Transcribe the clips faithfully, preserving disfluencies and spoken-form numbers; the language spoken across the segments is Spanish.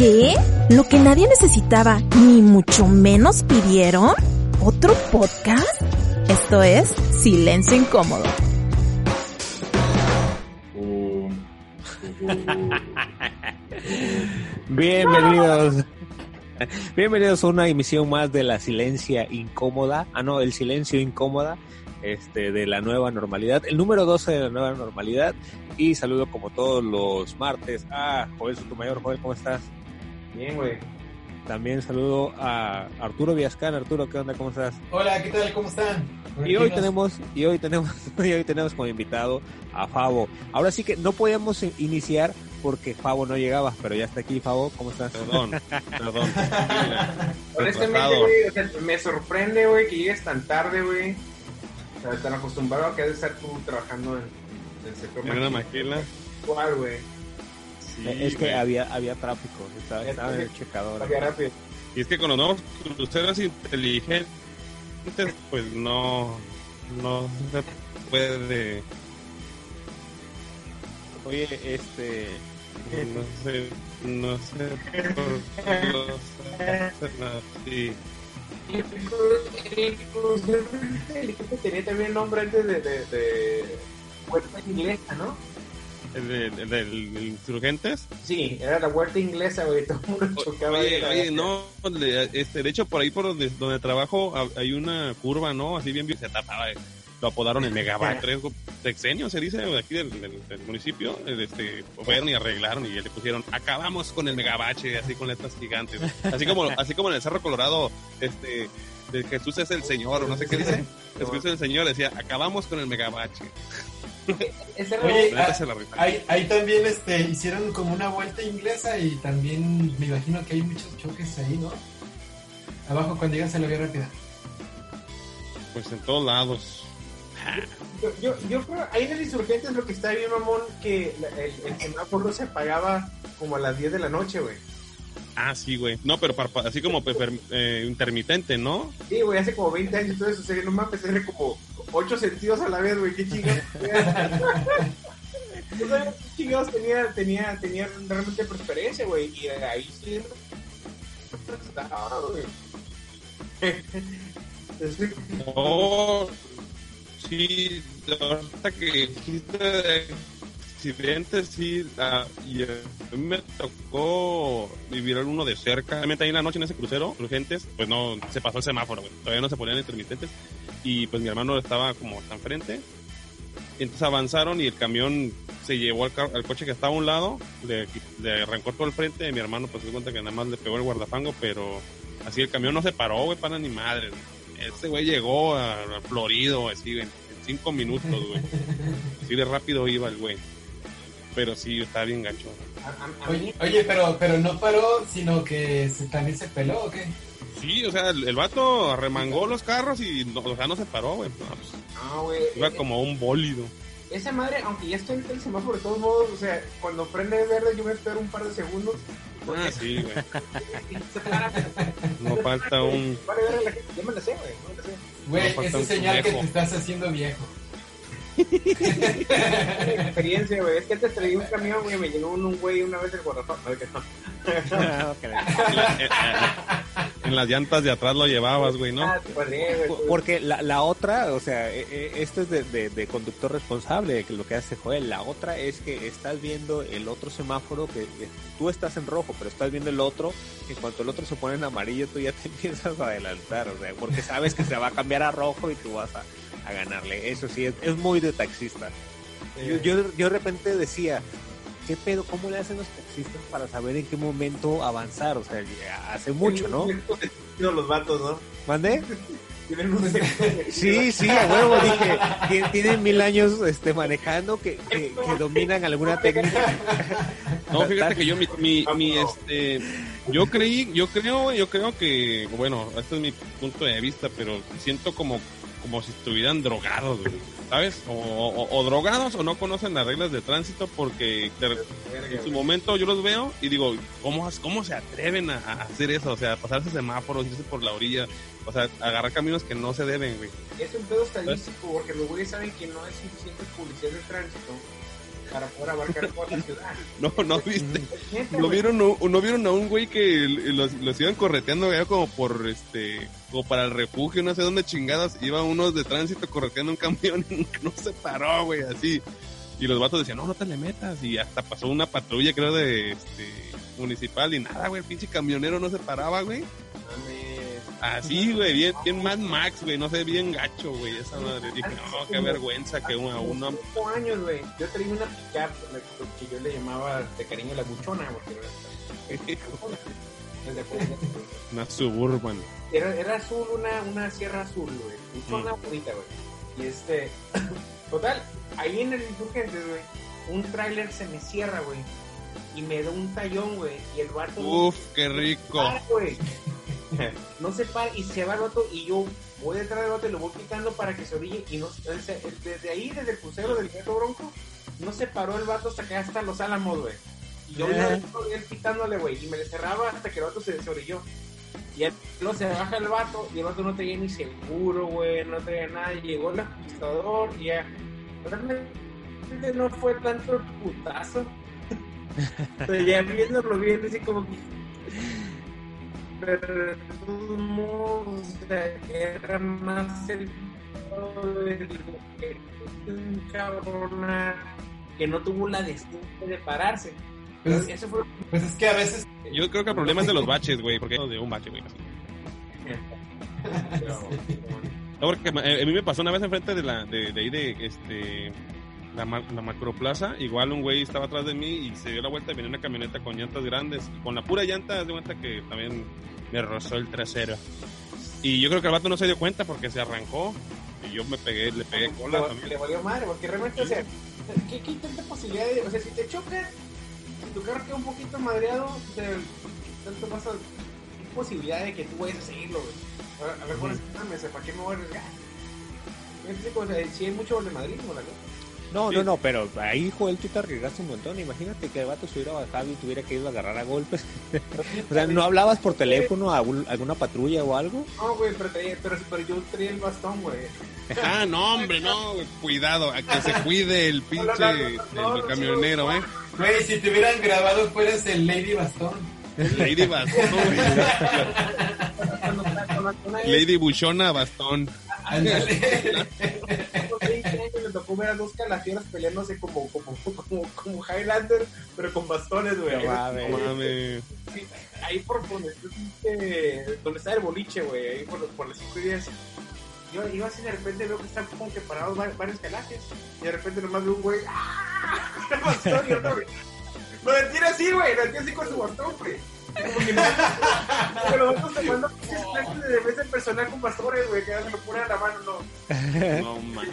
¿Qué? ¿Lo que nadie necesitaba, ni mucho menos pidieron? ¿Otro podcast? Esto es Silencio Incómodo. Bienvenidos. Bienvenidos a una emisión más de la Silencia Incómoda. Ah, no, el Silencio Incómoda. Este, de la nueva normalidad, el número doce de la nueva normalidad. Y saludo como todos los martes a Joel Sotomayor. Joel, ¿cómo estás? Bien, güey. También saludo a Arturo Villascan. Arturo, ¿qué onda? ¿Cómo estás? Hola, ¿qué tal? ¿Cómo están? Y hoy tenemos, y hoy tenemos, y hoy tenemos como invitado a Fabo. Ahora sí que no podíamos iniciar porque Fabo no llegaba, pero ya está aquí. Fabo, ¿cómo estás? Perdón, perdón. Honestamente, güey, o sea, me sorprende, güey, que llegues tan tarde, güey. O sea, tan acostumbrado a que has de estar tú trabajando en, en el sector. En una maquila. ¿Cuál, güey? Sí, es que había, había tráfico, estaba, estaba en el checador. Había rápido. Y es que con los nuevos cruceros inteligentes, pues no, no se puede. Oye, este... No sé, no sé por qué los hacen así. El equipo tenía también el nombre antes de, de, de Huerta Inglesa, ¿no? ¿El de, el de, el de Insurgentes? Sí, era la Huerta Inglesa, güey, todo el mundo chocaba. Oye, oye, no, de, este, de hecho por ahí por donde, donde trabajo hay una curva, ¿no? Así bien, bien se tapaba, lo apodaron el Megabache, sexenio se dice, aquí del, del, del municipio, este, fueron y arreglaron y le pusieron, acabamos con el Megabache, así con letras gigantes, así como, así como en el Cerro Colorado, este, de Jesús es el Señor, o no sé qué dice, Jesús es el Señor, decía, acabamos con el Megabache. Oye, a, ahí, ahí también este, hicieron como una vuelta inglesa y también me imagino que hay muchos choques ahí, ¿no? Abajo cuando llegas a la vía rápida. Pues en todos lados. Yo, yo, yo creo, ahí en el Insurgentes lo que está bien, mamón, que la, el, el semáforo se apagaba como a las diez de la noche, güey. Ah, sí, güey. No, pero para, así como per, per, eh, intermitente, ¿no? Sí, güey, hace como veinte años todo eso, o sea, no mames, era como ocho sentidos a la vez, güey, qué chingados. No sabía qué chingados tenía, tenía, tenía realmente preferencia, güey, y ahí sí estaba, güey. Oh, sí, ahorita que dijiste de accidentes, sí, uh, y a mí me tocó vivir uno de cerca. Realmente ahí en la noche en ese crucero, urgentes, pues no, se pasó el semáforo, güey. Todavía no se ponían intermitentes. Y pues mi hermano estaba como hasta enfrente. Entonces avanzaron y el camión se llevó al, car- al coche que estaba a un lado, le, le arrancó todo el frente. Y mi hermano pues se dio cuenta que nada más le pegó el guardafango, pero así el camión no se paró, güey, para ni madre, güey. Ese güey llegó a, a Florido, así, en, en cinco minutos, güey. Así de rápido iba el güey. Pero sí, está bien gacho. Oye, oye pero, pero no paró, sino que se, también se peló, ¿o qué? Sí, o sea, el, el vato arremangó los carros y, no, o sea, no se paró, güey. No, pues, no, güey. Iba eh, como un bólido. Esa madre, aunque ya estoy en el semáforo de todos modos, o sea, cuando prende verde yo me espero un par de segundos. Ah, sí, güey. No falta un... Vale, ver a la gente, yo me la sé, güey, no me la sé. Güey, No esa falta es señal un que conejo. te estás haciendo viejo. Experiencia, güey, es que antes traía un camión, güey, me llegó un, un güey una vez el guardafango, a ver qué no. En, la- en- en- en las llantas de atrás lo llevabas, güey, ¿no? Ah, te pasé, güey. Porque la, la otra, o sea, eh, eh, esto es de, de, de conductor responsable, que lo que hace Joel. La otra es que estás viendo el otro semáforo, que, que tú estás en rojo, pero estás viendo el otro. En cuanto el otro se pone en amarillo, tú ya te empiezas a adelantar, o sea, porque sabes que se va a cambiar a rojo y tú vas a, a ganarle. Eso sí, es, es muy de taxista. Yo, yo, yo de repente decía, ¿qué pedo? ¿Cómo le hacen los taxistas para saber en qué momento avanzar? O sea, hace mucho, ¿no? Los vatos, ¿no? ¿Mandé? Tienen un Sí, sí, a huevo, dije, tien- tienen mil años este, manejando que, que, que dominan alguna técnica. No, fíjate que yo mi, mi, mi este yo creí, yo creo, yo creo que, bueno, este es mi punto de vista, pero siento como, como si estuvieran drogados, güey, ¿sabes? O, o, o drogados o no conocen las reglas de tránsito porque de, en su momento yo los veo y digo, ¿cómo, cómo se atreven a, a hacer eso? O sea, pasarse semáforos, irse por la orilla, o sea, agarrar caminos que no se deben, güey. Es un pedo estadístico porque los güeyes saben que no es suficiente publicidad de tránsito para poder abarcar toda la ciudad. No, no viste. ¿No vieron, no, no vieron a un güey que los, los iban correteando ya como por este, como para el refugio, no sé dónde chingados, iba unos de tránsito correteando un camión y no se paró, güey, así. Y los vatos decían, no, no te le metas. Y hasta pasó una patrulla, creo, de este municipal y nada, güey, el pinche camionero no se paraba, güey. Así, güey, bien, bien Mad Max, güey, no sé, bien gacho, güey, esa madre. Dije, no, qué vergüenza que uno a uno... cinco años, güey, yo tenía una pick-up que yo le llamaba de cariño la buchona, porque una Suburban. Era, era azul, una, una sierra azul, güey, buchona mm. bonita, güey. Y este, total, ahí en el Insurgentes, güey, un tráiler se me cierra, güey, y me da un tallón, güey, y el vato... Uf, qué rico. Güey. No se para y se va el vato y yo voy detrás del vato y lo voy quitando para que se orille y no, desde ahí, desde el crucero del Gato Bronco, no se paró el vato hasta que hasta Los Álamos, güey. Y yo iba él quitándole, güey, y me le cerraba hasta que el vato se, se orilló. Y él no se baja el vato y el vato no traía ni seguro, güey, no traía nada. Llegó el ajustador y ya. Realmente no fue tanto el putazo. Pero ya viéndolo bien, así como que. Pero de todos modos, o sea, era más el un cabrón que no tuvo la decencia de pararse. Pues, eso fue... pues es que a veces yo creo que el problema es de los baches, güey, porque de un bache, güey. No, porque a mí me pasó una vez enfrente de la de, de ahí de este la, la macroplaza, igual un güey estaba atrás de mí y se dio la vuelta y venía una camioneta con llantas grandes, con la pura llanta, de cuenta que también me rozó el trasero. Y yo creo que el vato no se dio cuenta porque se arrancó y yo me pegué, le pegué cola le, también. Le valió madre, porque realmente, o sea, ¿qué, qué tanta posibilidad de, o sea, si te chocas, si tu carro queda un poquito madreado, o sea, tanto pasa, ¿qué posibilidad de que tú vayas a seguirlo, güey? A, a ver, por eso, ¿para qué me voy a arriesgar? ¿Me explico? O sea, si hay mucho bolemarismo, la cosa. No, sí. no, no, pero ahí, Joel, tú te arriesgaste un montón. Imagínate que el vato se hubiera bajado y tuviera que ir a agarrar a golpes. O sea, ¿no hablabas por teléfono a algún, alguna patrulla o algo? No, güey, pero, pero, pero yo traía el bastón, güey. Ah, no, hombre, no, güey, cuidado, a que se cuide el pinche no, no, no, no, no, el camionero, no, no, no, ¿eh? Güey, si te hubieran grabado, fueras el Lady Bastón. Lady Bastón, güey. Lady Buchona Bastón. Ándale. Me tocó ver a dos calafieras peleándose como, como, como, como Highlander, pero con bastones, güey. No mames. Sí, ahí por donde, eh, donde está el boliche, güey, ahí por, por las cinco y diez. Yo iba así, de repente veo que están como que parados varios calajes, y de repente nomás veo un güey, ¡ah! El bastón, y otro, güey. Lo detiene así, güey, lo detiene así con su bastón, güey. Como que no, pero nosotros tomando clases de defensa personal con pastores, güey, que se lo ponen a la mano, no. No, man.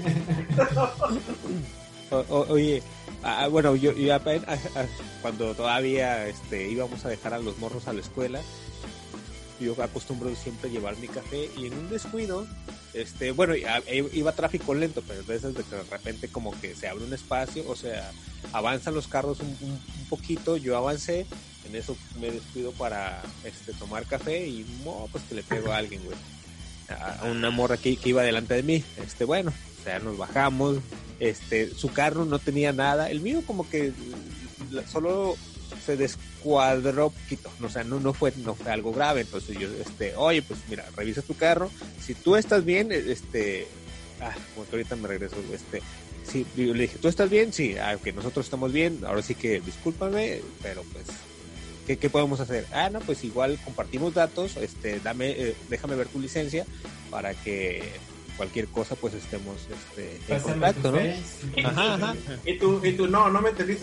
o, o, oye, ah, bueno, yo, yo apenas, ah, cuando todavía este, íbamos a dejar a los morros a la escuela, yo acostumbro siempre llevar mi café y en un descuido, este, bueno, iba tráfico lento, pero entonces de que de repente como que se abre un espacio, o sea, avanzan los carros un, un, un poquito, yo avancé, en eso me descuido para este, tomar café y no, pues que le pego a alguien, güey, a una morra que, que iba delante de mí, este, bueno, o sea, nos bajamos, este, su carro no tenía nada, el mío como que solo se descuadró poquito, o sea, no, no fue, no fue algo grave, entonces yo, este, oye, pues mira, revisa tu carro, si tú estás bien, este, ah, como que ahorita me regreso, este, sí, yo le dije, ¿tú estás bien? Sí, ah, ok, nosotros estamos bien, ahora sí que discúlpame, pero pues, ¿qué, qué podemos hacer? Ah, no, pues igual compartimos datos, este, dame, eh, déjame ver tu licencia para que cualquier cosa pues estemos este, en Pásame contacto, ¿no? Face. Ajá, ajá. Y tú, y tú, no, no me entendiste.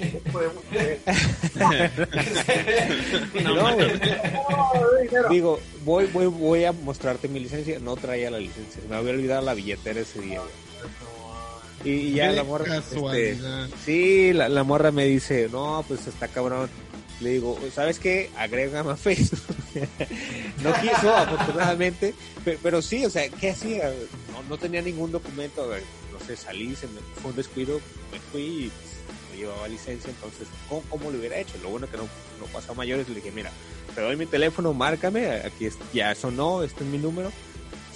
No, güey. Digo, voy, voy, voy a mostrarte mi licencia. No traía la licencia. Me había olvidado la billetera ese día, güey. Y ya la morra, este, sí, la, la morra me dice, no, pues está cabrón. Le digo, ¿sabes qué? Agrégame a Facebook. No quiso, afortunadamente, pero, pero sí, o sea, ¿qué hacía? No, no tenía ningún documento, a ver, no sé, salí, se me fue un descuido, me fui y pues, no llevaba licencia, entonces, ¿cómo, cómo lo hubiera hecho? Lo bueno que no, no pasó a mayores, le dije, mira, te doy mi teléfono, márcame, aquí es, ya sonó, este es mi número,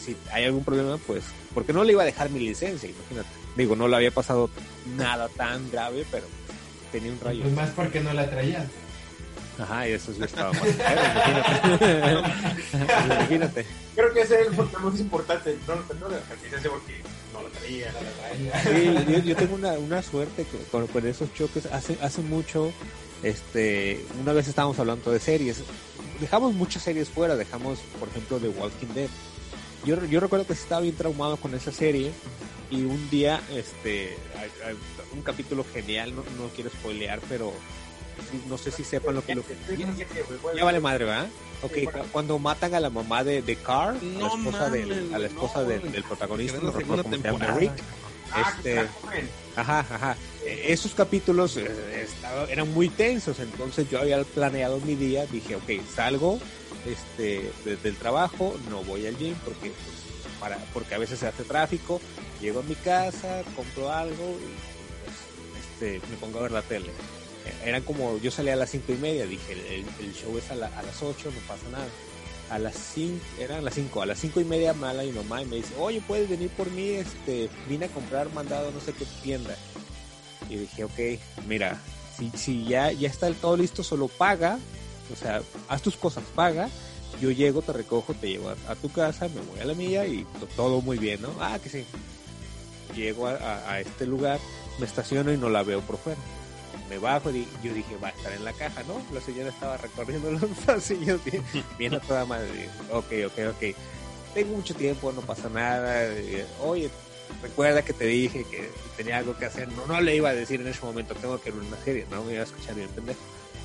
si hay algún problema, pues, porque no le iba a dejar mi licencia, imagínate. Digo, no le había pasado nada tan grave, pero tenía un rayo. Pues más porque no la traía. Ajá, y eso sí estaba más claro, imagínate. Imagínate. Creo que ese es el punto más importante. No, no le dejar licencia porque no la traía, no la traía. Sí, yo, yo tengo una, una suerte con, con esos choques. Hace, hace mucho, este, una vez estábamos hablando de series. Dejamos muchas series fuera, dejamos, por ejemplo, The Walking Dead. Yo, yo recuerdo que estaba bien traumado con esa serie y un día, este, hay, hay un capítulo genial, no, no quiero spoilear, pero no sé si sepan lo que... Lo que ya, ya vale madre, ¿verdad? Ok, cuando matan a la mamá de, de Carl, no, a la esposa, del, a la esposa no, del, del protagonista, no recuerdo cómo se llama, Rick. Este, ajá, ajá. Esos capítulos eh, estaba, eran muy tensos, entonces yo había planeado mi día, dije, ok, salgo este, desde el trabajo, no voy al gym porque, pues, para, porque a veces se hace tráfico, llego a mi casa, compro algo y pues, este, me pongo a ver la tele. Eran como, yo salía a las cinco y media, dije, el, el show es a, la, a las ocho, no pasa nada. A las cinco, eran las cinco, a las cinco y media me habla mi mamá y me dice, oye, puedes venir por mí, este, vine a comprar mandado no sé qué tienda. Y dije, ok, mira, si, si ya, ya está todo listo, solo paga, o sea, haz tus cosas, paga, yo llego, te recojo, te llevo a, a tu casa, me voy a la mía y to, todo muy bien, ¿no? Ah, que sí. Llego a, a, a este lugar, me estaciono y no la veo por fuera. Me bajo y yo dije, va a estar en la caja, ¿no? La señora estaba recorriendo los pasillos bien, bien a toda madre. Ok, ok, ok. Tengo mucho tiempo, no pasa nada. Oye, recuerda que te dije que tenía algo que hacer. No, no le iba a decir en ese momento, tengo que ver una serie, no me iba a escuchar bien, pendejo.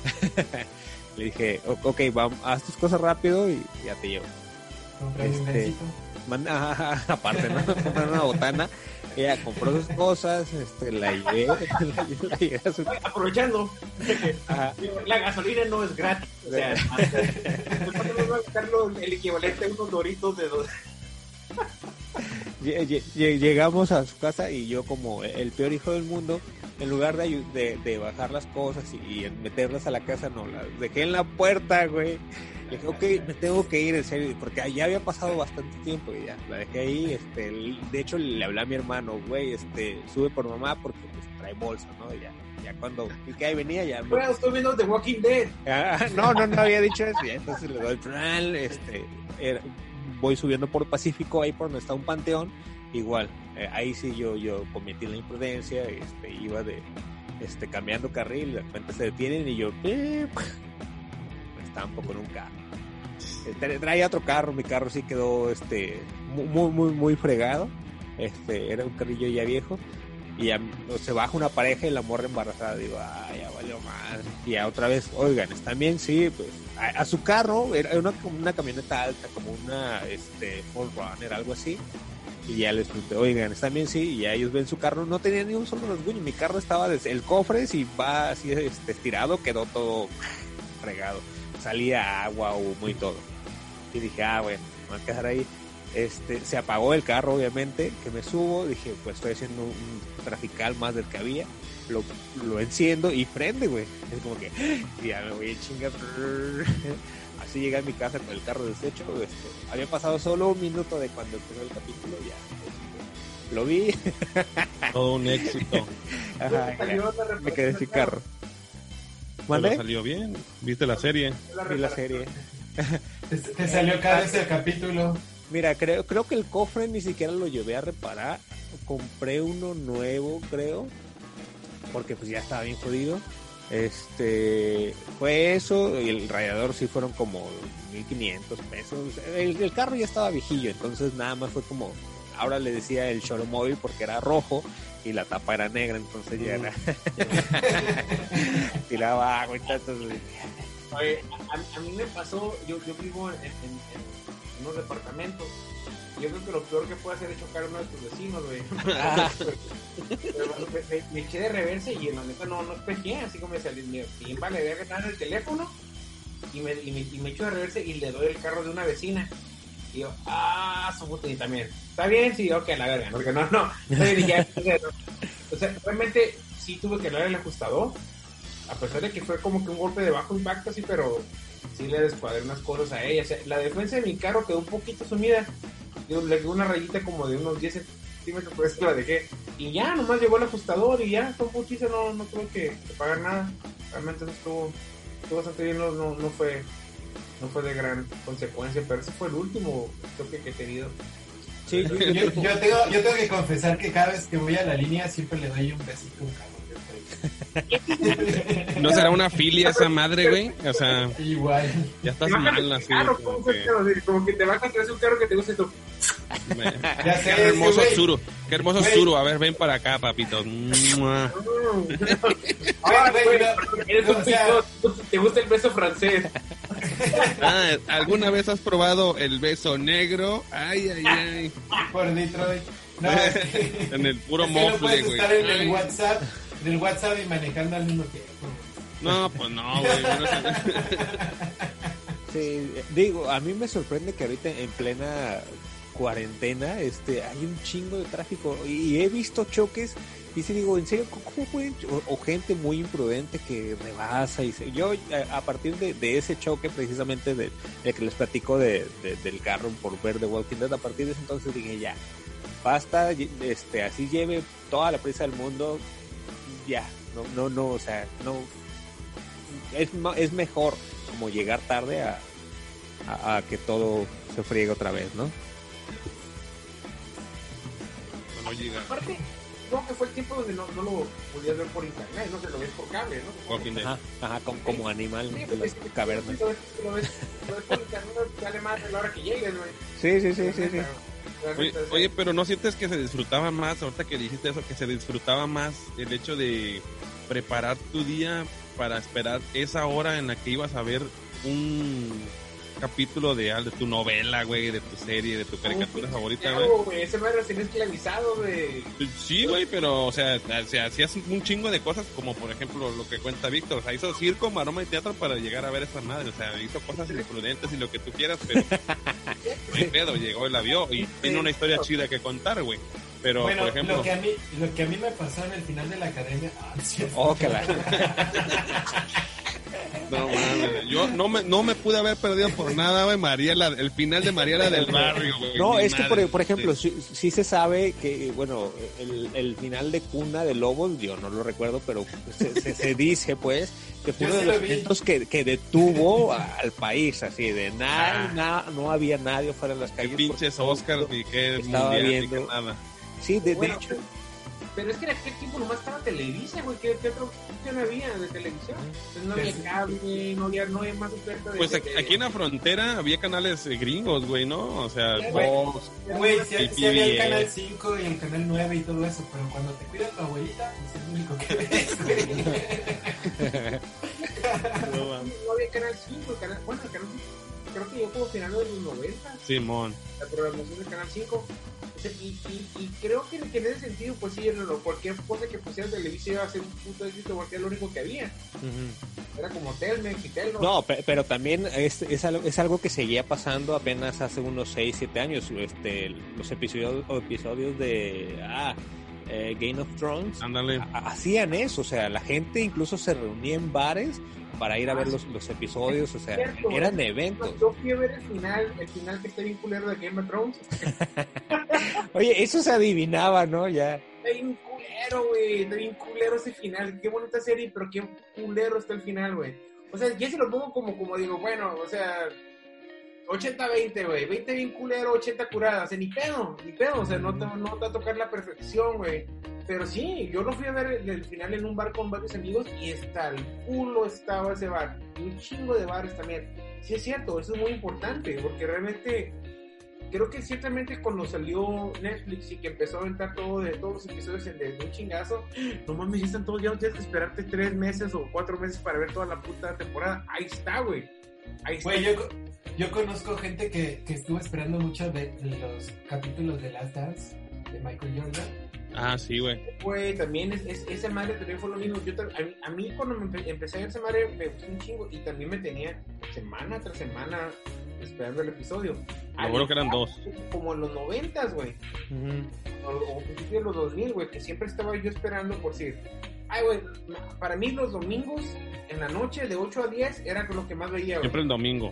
Le dije, ok, vamos, haz tus cosas rápido y ya te llevo. Este, manda, aparte, ¿no? Comprar una botana. Ella compró sus cosas, este, la llevé, la, la llevé a su... Aprovechando, la gasolina no es gratis. O sea, no va a buscar el equivalente a unos doritos de dos. Llegamos a su casa y yo, como el peor hijo del mundo, en lugar de, de, de bajar las cosas y, y meterlas a la casa, no, las dejé en la puerta, güey. Le dije, ok, me tengo que ir, en serio, porque ya había pasado bastante tiempo y ya, la dejé ahí, este, de hecho le hablé a mi hermano, güey, este, sube por mamá porque pues trae bolsa, ¿no? Y ya, ya cuando vi que ahí venía, ya... Bueno, estoy viendo The Walking Dead. Ah, no, no, no había dicho eso, ya, entonces le doy el plan, este, era, voy subiendo por Pacífico, ahí por donde está un panteón, igual, eh, ahí sí yo, yo cometí la imprudencia, este, iba de, este, cambiando carril, de repente se detienen y yo, ¡pip! Tampo con un carro. Traía otro carro, mi carro sí quedó este muy muy muy fregado. Este era un carrillo ya viejo y ya, se baja una pareja y la morra embarazada, digo, ay, ya valió más. Y ya otra vez, oigan, ¿están bien? Sí, pues a, a su carro era una, una camioneta alta, como una este Ford Runner, algo así. Y ya les pregunté, oigan, ¿están bien? Sí, y ya ellos ven su carro, no tenía ni un solo rasguño, mi carro estaba desde el cofre, si va así este, estirado, quedó todo fregado. Salía agua, humo y todo. Y dije, ah, bueno, me voy a quedar ahí. Este, se apagó el carro, obviamente, que me subo. Dije, pues estoy haciendo un trafical más del que había. Lo, lo enciendo y prende, güey. Es como que, y ya me voy a chingar. Así llegué a mi casa con el carro deshecho. Este, había pasado solo un minuto de cuando empezó el capítulo. Ya, pues, lo vi. Todo un éxito. Ajá, ya, me quedé sin carro. ¿Pero salió bien? ¿Viste la serie? Vi la serie. ¿Te, te salió cada vez el capítulo? Mira, creo creo que el cofre ni siquiera lo llevé a reparar. Compré uno nuevo, creo. Porque pues ya estaba bien jodido. Este, fue eso. Y el radiador sí fueron como mil quinientos pesos. El, el carro ya estaba viejillo, entonces nada más fue como... Ahora le decía el Choromóvil porque era rojo y la tapa era negra, entonces ya era... tiraba agua y tanto. Oye, a, a mí me pasó, yo, yo vivo en, en, en unos departamentos. Yo creo que lo peor que puede hacer es chocar a uno de tus vecinos, güey. Pero bueno, me, me, me eché de reversa y en la neta no, no espejé, así como me salí, me bien vale ver que estaba en el teléfono y me, y, me, y me echo de reversa y le doy el carro de una vecina. Y yo, ah, su puta, y también, ¿está bien? Sí, ok, a la verga, porque no, no, ya, o sea, realmente sí tuve que hablar el ajustador, a pesar de que fue como que un golpe de bajo impacto, sí, pero sí le descuadré unas cosas a ella, o sea, la defensa de mi carro quedó un poquito sumida, yo le quedó una rayita como de unos diez centímetros, por eso la dejé. Y ya, nomás llegó el ajustador y ya, fue muchísimo, no, no tuve que, que pagar nada. Realmente estuvo, estuvo bastante bien, no, no, no fue no fue de gran consecuencia, pero ese fue el último choque que he tenido. Sí, yo, yo, yo, tengo, yo tengo que confesar que cada vez que voy a la línea siempre le doy un besito a un carro. ¿No será una filia esa madre, güey? O sea, igual. Ya estás mal así. Claro, como, que... como que te vas a traer un carro que te guste tú. Ya sé, qué hermoso sí, Zuru, qué hermoso güey. Zuru. A ver, ven para acá, papito. Ah, güey, eres un picot. Te gusta el beso francés. Ah, ¿alguna vez has probado el beso negro? Ay, ay, ay. Por Detroit. No, es que, en el puro es mofle, güey. No estar en el WhatsApp, en el WhatsApp y manejando al mismo tiempo. No, pues no, güey. Sí, digo, a mí me sorprende que ahorita en plena cuarentena este hay un chingo de tráfico y he visto choques y sí digo, en serio, ¿cómo pueden? O, o gente muy imprudente que rebasa y se, yo a, a partir de, de ese choque precisamente de, de que les platico de, de, del carro por ver The Walking Dead, a partir de ese entonces dije ya, basta, este así lleve toda la prisa del mundo, ya, no, no, no, o sea, no, es, es mejor como llegar tarde a, a, a que todo se friegue otra vez, ¿no? No llega. Aparte, creo que fue el tiempo donde no, no lo podías ver por internet, no se lo ves por cable, ¿no? Ajá, ajá, como, como animal sí, de las sí, cavernas. Lo ves, lo ves, lo ves por internet, sale más a la hora que llegues, güey. Sí, sí, sí, sí, sí. Oye, oye, pero ¿no sientes que se disfrutaba más, ahorita que dijiste eso, que se disfrutaba más el hecho de preparar tu día para esperar esa hora en la que ibas a ver un capítulo de, de tu novela, güey, de tu serie, de tu caricatura oh, favorita, güey? Claro, güey, ese madre recién esclavizado, güey. Sí, güey, pero, o sea, o sea, hacías un chingo de cosas, como por ejemplo lo que cuenta Víctor, o sea, hizo circo, maroma y teatro para llegar a ver esa madre, o sea, hizo cosas imprudentes y lo que tú quieras, pero no hay pedo, llegó y la vio, y tiene una historia chida que contar, güey. Pero, bueno, por ejemplo... Lo que, a mí, lo que a mí me pasó en el final de la academia... Ah, ¿cierto? Oh, que la... No, mames, yo no me, no me pude haber perdido por nada, güey, Mariela, el final de Mariela del Barrio, güey. No, es que, por, por ejemplo, sí. Sí, sí se sabe que, bueno, el, el final de Cuna de Lobos, yo no lo recuerdo, pero se, se, se dice, pues, que fue uno de los momentos que, que detuvo al país, así, de nada, ah. nada, no había nadie fuera de las calles. Qué pinches Oscar, ni qué estaba mundial, viendo. ni qué nada. Sí, de, bueno, de hecho... Pero es que en aquel tiempo nomás estaba Televisa, güey. ¿Qué, qué otra opción había de televisión? Pues no había cable, no había, no había más oferta de... Pues aquí, de... aquí en la frontera había canales gringos, güey, ¿no? O sea, Fox... Güey, sí, sí había el canal cinco y el canal nueve y todo eso, pero cuando te cuida tu abuelita, es el único que ves, güey. no, no había canal cinco, el canal... Bueno, el canal cinco creo que yo como final de los noventa. Simón. La programación del canal cinco. Y, y, y creo que, que en ese sentido, pues sí, no, cualquier cosa que pusiera Televisa iba a ser un punto de éxito porque era lo único que había. Uh-huh. Era como Telmex y Telmex. No, pero, pero también es, es, algo, es algo que seguía pasando apenas hace unos seis, siete años. Este, los episodios, episodios de ah, eh, Game of Thrones Ándale. A, hacían eso. O sea, la gente incluso se reunía en bares para ir a ver los, los episodios, o sea, cierto, eran eventos. Yo fui a ver el final, el final que está bien culero de Game of Thrones. Oye, eso se adivinaba, ¿no? Ya. Está bien culero, güey, está bien culero ese final. Qué bonita serie, pero qué culero está el final, güey. O sea, ya se lo pongo como, como digo, bueno, o sea, ochenta veinte, güey, veinte bien culero, ochenta curada, o sea, ni pedo, ni pedo, o sea, no te, no te va a tocar la perfección, güey. Pero sí, yo lo fui a ver el, el final en un bar con varios amigos y hasta el culo estaba ese bar. Y un chingo de bares también. Sí es cierto, eso es muy importante, porque realmente creo que ciertamente cuando salió Netflix y que empezó a aventar todo de todos los episodios en de, de un chingazo, no mames, ya están todos, ya no tienes que esperarte tres meses o cuatro meses para ver toda la puta temporada. Ahí está, güey. Ahí está. Güey, yo, yo conozco gente que, que estuvo esperando mucho de, de los capítulos de Last Dance de Michael Jordan. Ah, sí, güey. Güey, también es, es, esa madre también fue lo mismo. Yo, a, a mí cuando me empe, empecé a ver esa madre me gustó un chingo y también me tenía semana tras semana esperando el episodio. Lo bueno que eran dos. Como en los noventas, güey. Uh-huh. O, o principios de los dos mil, güey, que siempre estaba yo esperando por decir, ay, güey, para mí los domingos en la noche de ocho a diez era lo que más veía, güey. Siempre el domingo.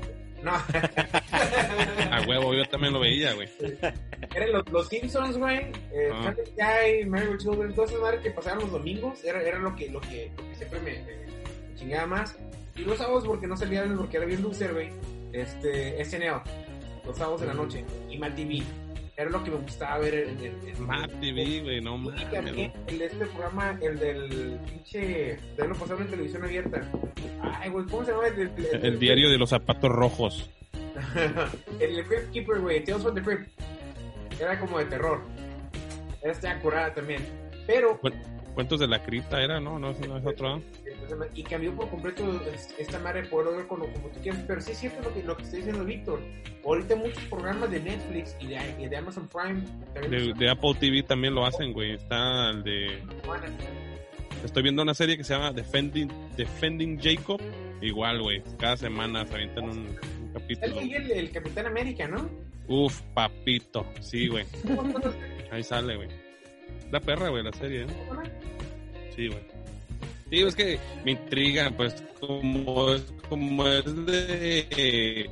No. A huevo, yo también lo veía, güey. Eran los, los Simpsons, güey. Eh, Ah. Family Guy, Married with Children, todas esas madres que pasaban los domingos. Era, era lo, que, lo, que, lo que siempre me, me chingaba más. Y los sábados, porque no salía porque era bien loser, güey. Este, S N L. Los sábados de la noche. Y Mad T V. Era lo que me gustaba ver en, en, en Mad T V, güey, no Y mames. también el de este programa, el del pinche. De lo pasaron en televisión abierta. Ay, güey, ¿cómo se llama? El, el, el, El diario de los zapatos rojos. el, el Crypt Keeper, güey. Tales from the Crypt. Era como de terror. Era esta acurada también. Pero. Cu- Cuentos de la cripta era, ¿no? No, no es otro. Y cambió por completo esta madre de poder ver como, como tú quieras. Pero sí es cierto lo que, lo que está diciendo Víctor. Ahorita muchos programas de Netflix y de, y de Amazon Prime. De, de Apple T V también lo hacen, güey. Está el de... Estoy viendo una serie que se llama Defending, Defending Jacob. Igual, güey. Cada semana se avientan un, un capítulo. Sale el, el Capitán América, ¿no? Uf, papito. Sí, güey. Ahí sale, güey. La perra, güey, la serie, ¿eh? Sí, güey. Sí, es que me intriga, pues, como es, como es de...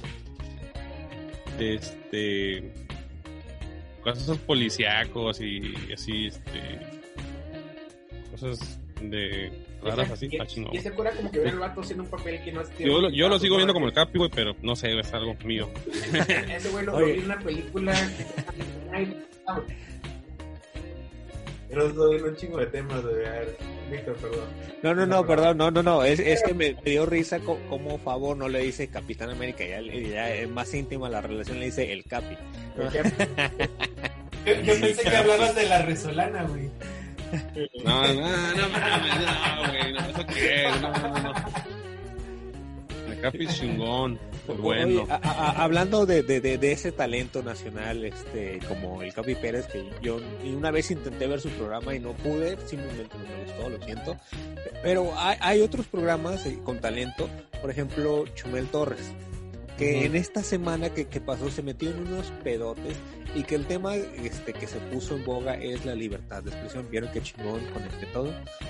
de este... cosas policíacos y así, este... cosas de... raras así, y, está chingón. y se acuerda como que ve el vato haciendo un papel que no es... Yo, lo- yo lo sigo viendo como el Capi, güey, pero no sé, es algo mío. Ese güey lo, lo vi en una película... Pero doy un chingo de temas, güey. A ver, Víctor, perdón. No, no, no, perdón, no, no, no, es, es que me, me dio risa co- como favor no le dice Capitán América, ya, ya es más íntima la relación, le dice el Capi. Yo, yo pensé que hablabas de la Resolana, güey. No, no, no mames, no, güey, no, eso qué, no, no, no. El Capi es chingón, Oye, bueno. a- a- hablando de, de, de, de ese talento nacional, este, como el Capi Pérez, que yo y una vez intenté ver su programa y no pude, simplemente no me gustó, lo siento. Pero hay, hay otros programas eh, con talento, por ejemplo, Chumel Torres, que Ujú. en esta semana que, que pasó se metió en unos pedotes y que el tema este, que se puso en boga es la libertad de expresión. ¿Vieron qué chingón conecté todo?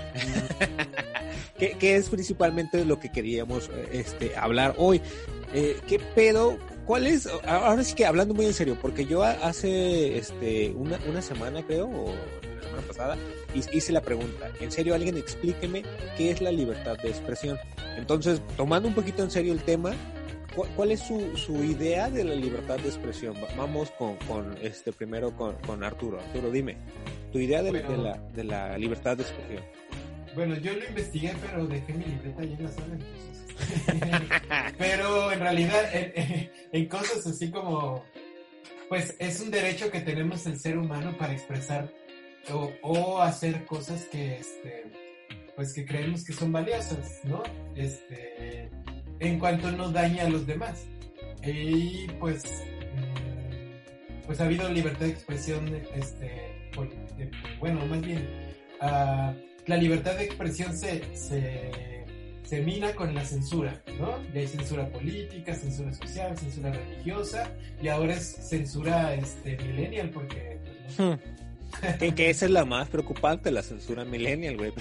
que, que es principalmente lo que queríamos este, hablar hoy. Eh, ¿Qué pedo? ¿Cuál es? Ahora sí que hablando muy en serio, porque yo hace este, una, una semana creo, o la semana pasada, hice la pregunta, en serio, alguien explíqueme qué es la libertad de expresión. Entonces, tomando un poquito en serio el tema, ¿cuál, cuál es su, su idea de la libertad de expresión? Vamos con, con este primero con, con Arturo. Arturo, dime, tu idea de, Bueno. de, la, de la libertad de expresión. Bueno, yo lo investigué, pero dejé mi libreta ahí en la sala, entonces... Pero en realidad, en, en cosas así como... Pues es un derecho que tenemos el ser humano para expresar o, o hacer cosas que, este, pues que creemos que son valiosas, ¿no? Este, en cuanto no daña a los demás. Y pues... Pues ha habido libertad de expresión, este, por, de, bueno, más bien... Uh, la libertad de expresión se, se, se mina con la censura, ¿no? Y hay censura política, censura social, censura religiosa, y ahora es censura este, millennial, porque... Pues, ¿no? que, que esa es la más preocupante, la censura millennial, güey.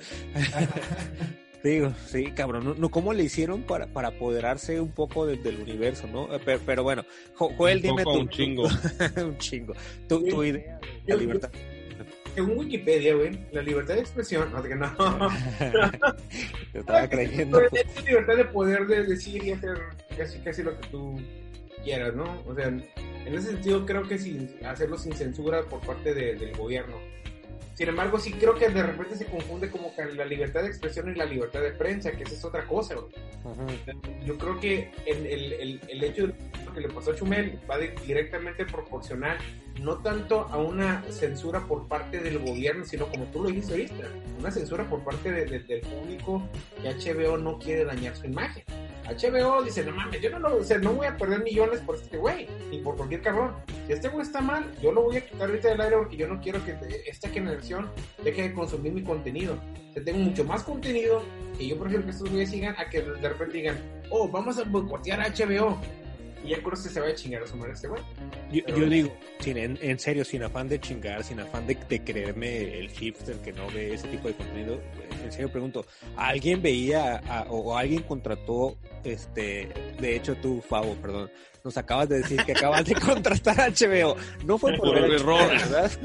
Digo, sí, cabrón, no, no, ¿cómo le hicieron para, para apoderarse un poco de, del universo, no? Pero, pero bueno, Jo, Joel, Un dime poco, tu, un chingo. tu- un chingo. Tu, tu idea de la libertad. Según Wikipedia, güey, la libertad de expresión, no, que no. Te estaba creyendo. Es la libertad de poder de decir y hacer casi, casi lo que tú quieras, ¿no? O sea, en ese sentido creo que sin hacerlo sin censura por parte de, del gobierno. Sin embargo, sí creo que de repente se confunde como que la libertad de expresión y la libertad de prensa, que esa es otra cosa, güey. Uh-huh. Yo creo que el, el, el, el hecho de lo que le pasó a Chumel va de, directamente proporcional, no tanto a una censura por parte del gobierno, sino como tú lo dijiste ahorita, una censura por parte de, de, del público, que H B O no quiere dañar su imagen. H B O dice, no mames, yo no, lo, o sea, no voy a perder millones por este güey, ni por cualquier cabrón. Si este güey está mal, yo lo voy a quitar ahorita del aire porque yo no quiero que esta generación deje de consumir mi contenido. O sea, tengo mucho más contenido y yo prefiero que estos güeyes sigan a que de repente digan, oh, vamos a boicotear a H B O. y ya con eso se va a chingar a su madre este güey. Yo, Pero- yo digo, sin, en, en serio, sin afán de chingar, sin afán de, de creerme el hipster que no ve ese tipo de contenido, en serio pregunto, ¿alguien veía a- o, o alguien contrató, este, de hecho tú, Favo, perdón, nos acabas de decir que acabas de contratar a H B O, no fue por, Por ver error. H B O, ¿verdad?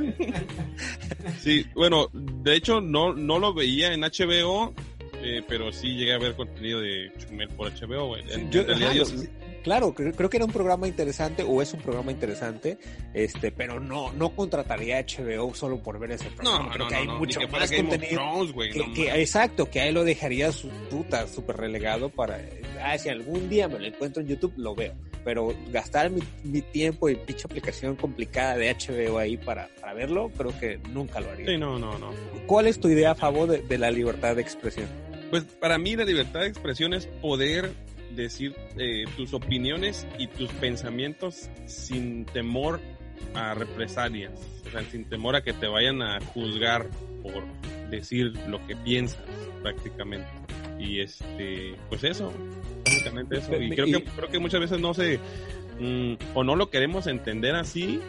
Sí, bueno, de hecho no, no lo veía en H B O, eh, pero sí llegué a ver contenido de Chumel por H B O, güey. En, Yo- en realidad ajá, yo- sí, claro, creo, creo que era un programa interesante o es un programa interesante, este, pero no no contrataría a H B O solo por ver ese programa. no, creo no, que no, hay no, mucho ni que fuera más Game of contenido. Thrones, güey, Que, no que- mames. exacto, que ahí lo dejaría su puta súper relegado para, ah, si algún día me lo encuentro en YouTube, lo veo, pero gastar mi, mi tiempo y pinche aplicación complicada de H B O ahí para, para verlo, creo que nunca lo haría. Sí, no, no, no. ¿Cuál es tu idea a favor de, de la libertad de expresión? Pues para mí la libertad de expresión es poder decir eh, tus opiniones y tus pensamientos sin temor a represalias, o sea, sin temor a que te vayan a juzgar por decir lo que piensas prácticamente. Y este, pues eso, básicamente eso. Y creo que creo que muchas veces no se mm, o no lo queremos entender así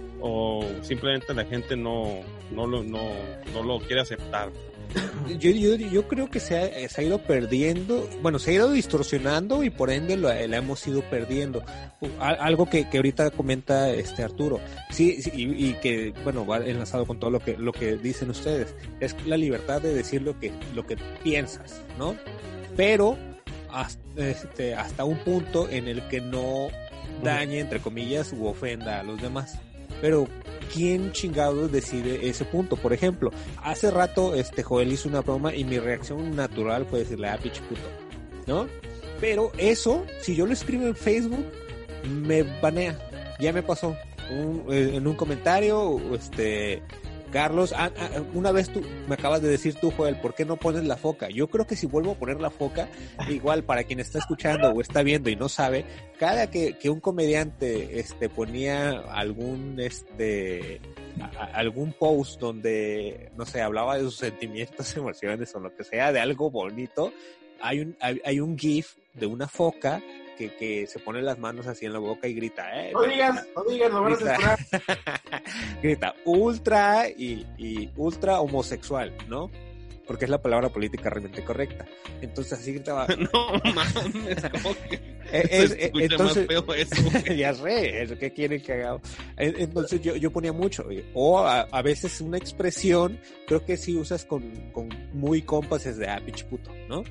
o simplemente la gente no no lo no no lo quiere aceptar. Yo, yo, yo creo que se ha, se ha ido perdiendo, bueno, se ha ido distorsionando y por ende lo, la hemos ido perdiendo. Al- Algo que, que ahorita comenta este Arturo, sí, sí, y, y que, bueno, va enlazado con todo lo que, lo que dicen ustedes, es la libertad de decir lo que, lo que piensas, ¿no? Pero hasta, este, hasta un punto en el que no dañe, entre comillas, u ofenda a los demás. Pero ¿quién chingados decide ese punto? Por ejemplo, hace rato este Joel hizo una broma y mi reacción natural fue decirle, ah, pinche puto, ¿no? Pero eso, si yo lo escribo en Facebook, me banea. Ya me pasó. Un- eh, en un comentario, este... Carlos, ah, ah, una vez tú me acabas de decir tú, Joel, ¿por qué no pones la foca? Yo creo que si vuelvo a poner la foca, igual para quien está escuchando o está viendo y no sabe, cada que, que un comediante este ponía algún este a- a- algún post donde no sé, hablaba de sus sentimientos, emociones o lo que sea, de algo bonito, hay un hay, hay un gif de una foca que, que se pone las manos así en la boca y grita, eh, No digas, no digas, lo van a Grita. censurar. grita ultra y, y ultra homosexual, ¿no? Porque es la palabra políticamente correcta. Entonces así gritaba. No mames, ¿cómo que Eh, se es- eh, escucha entonces, más feo eso, güey? ya sé, es que quieren que haga. Eh, Entonces yo, yo ponía mucho. eh, O a, a veces una expresión, creo que si usas con, con muy compas es de, ah, pinche puto, ¿no?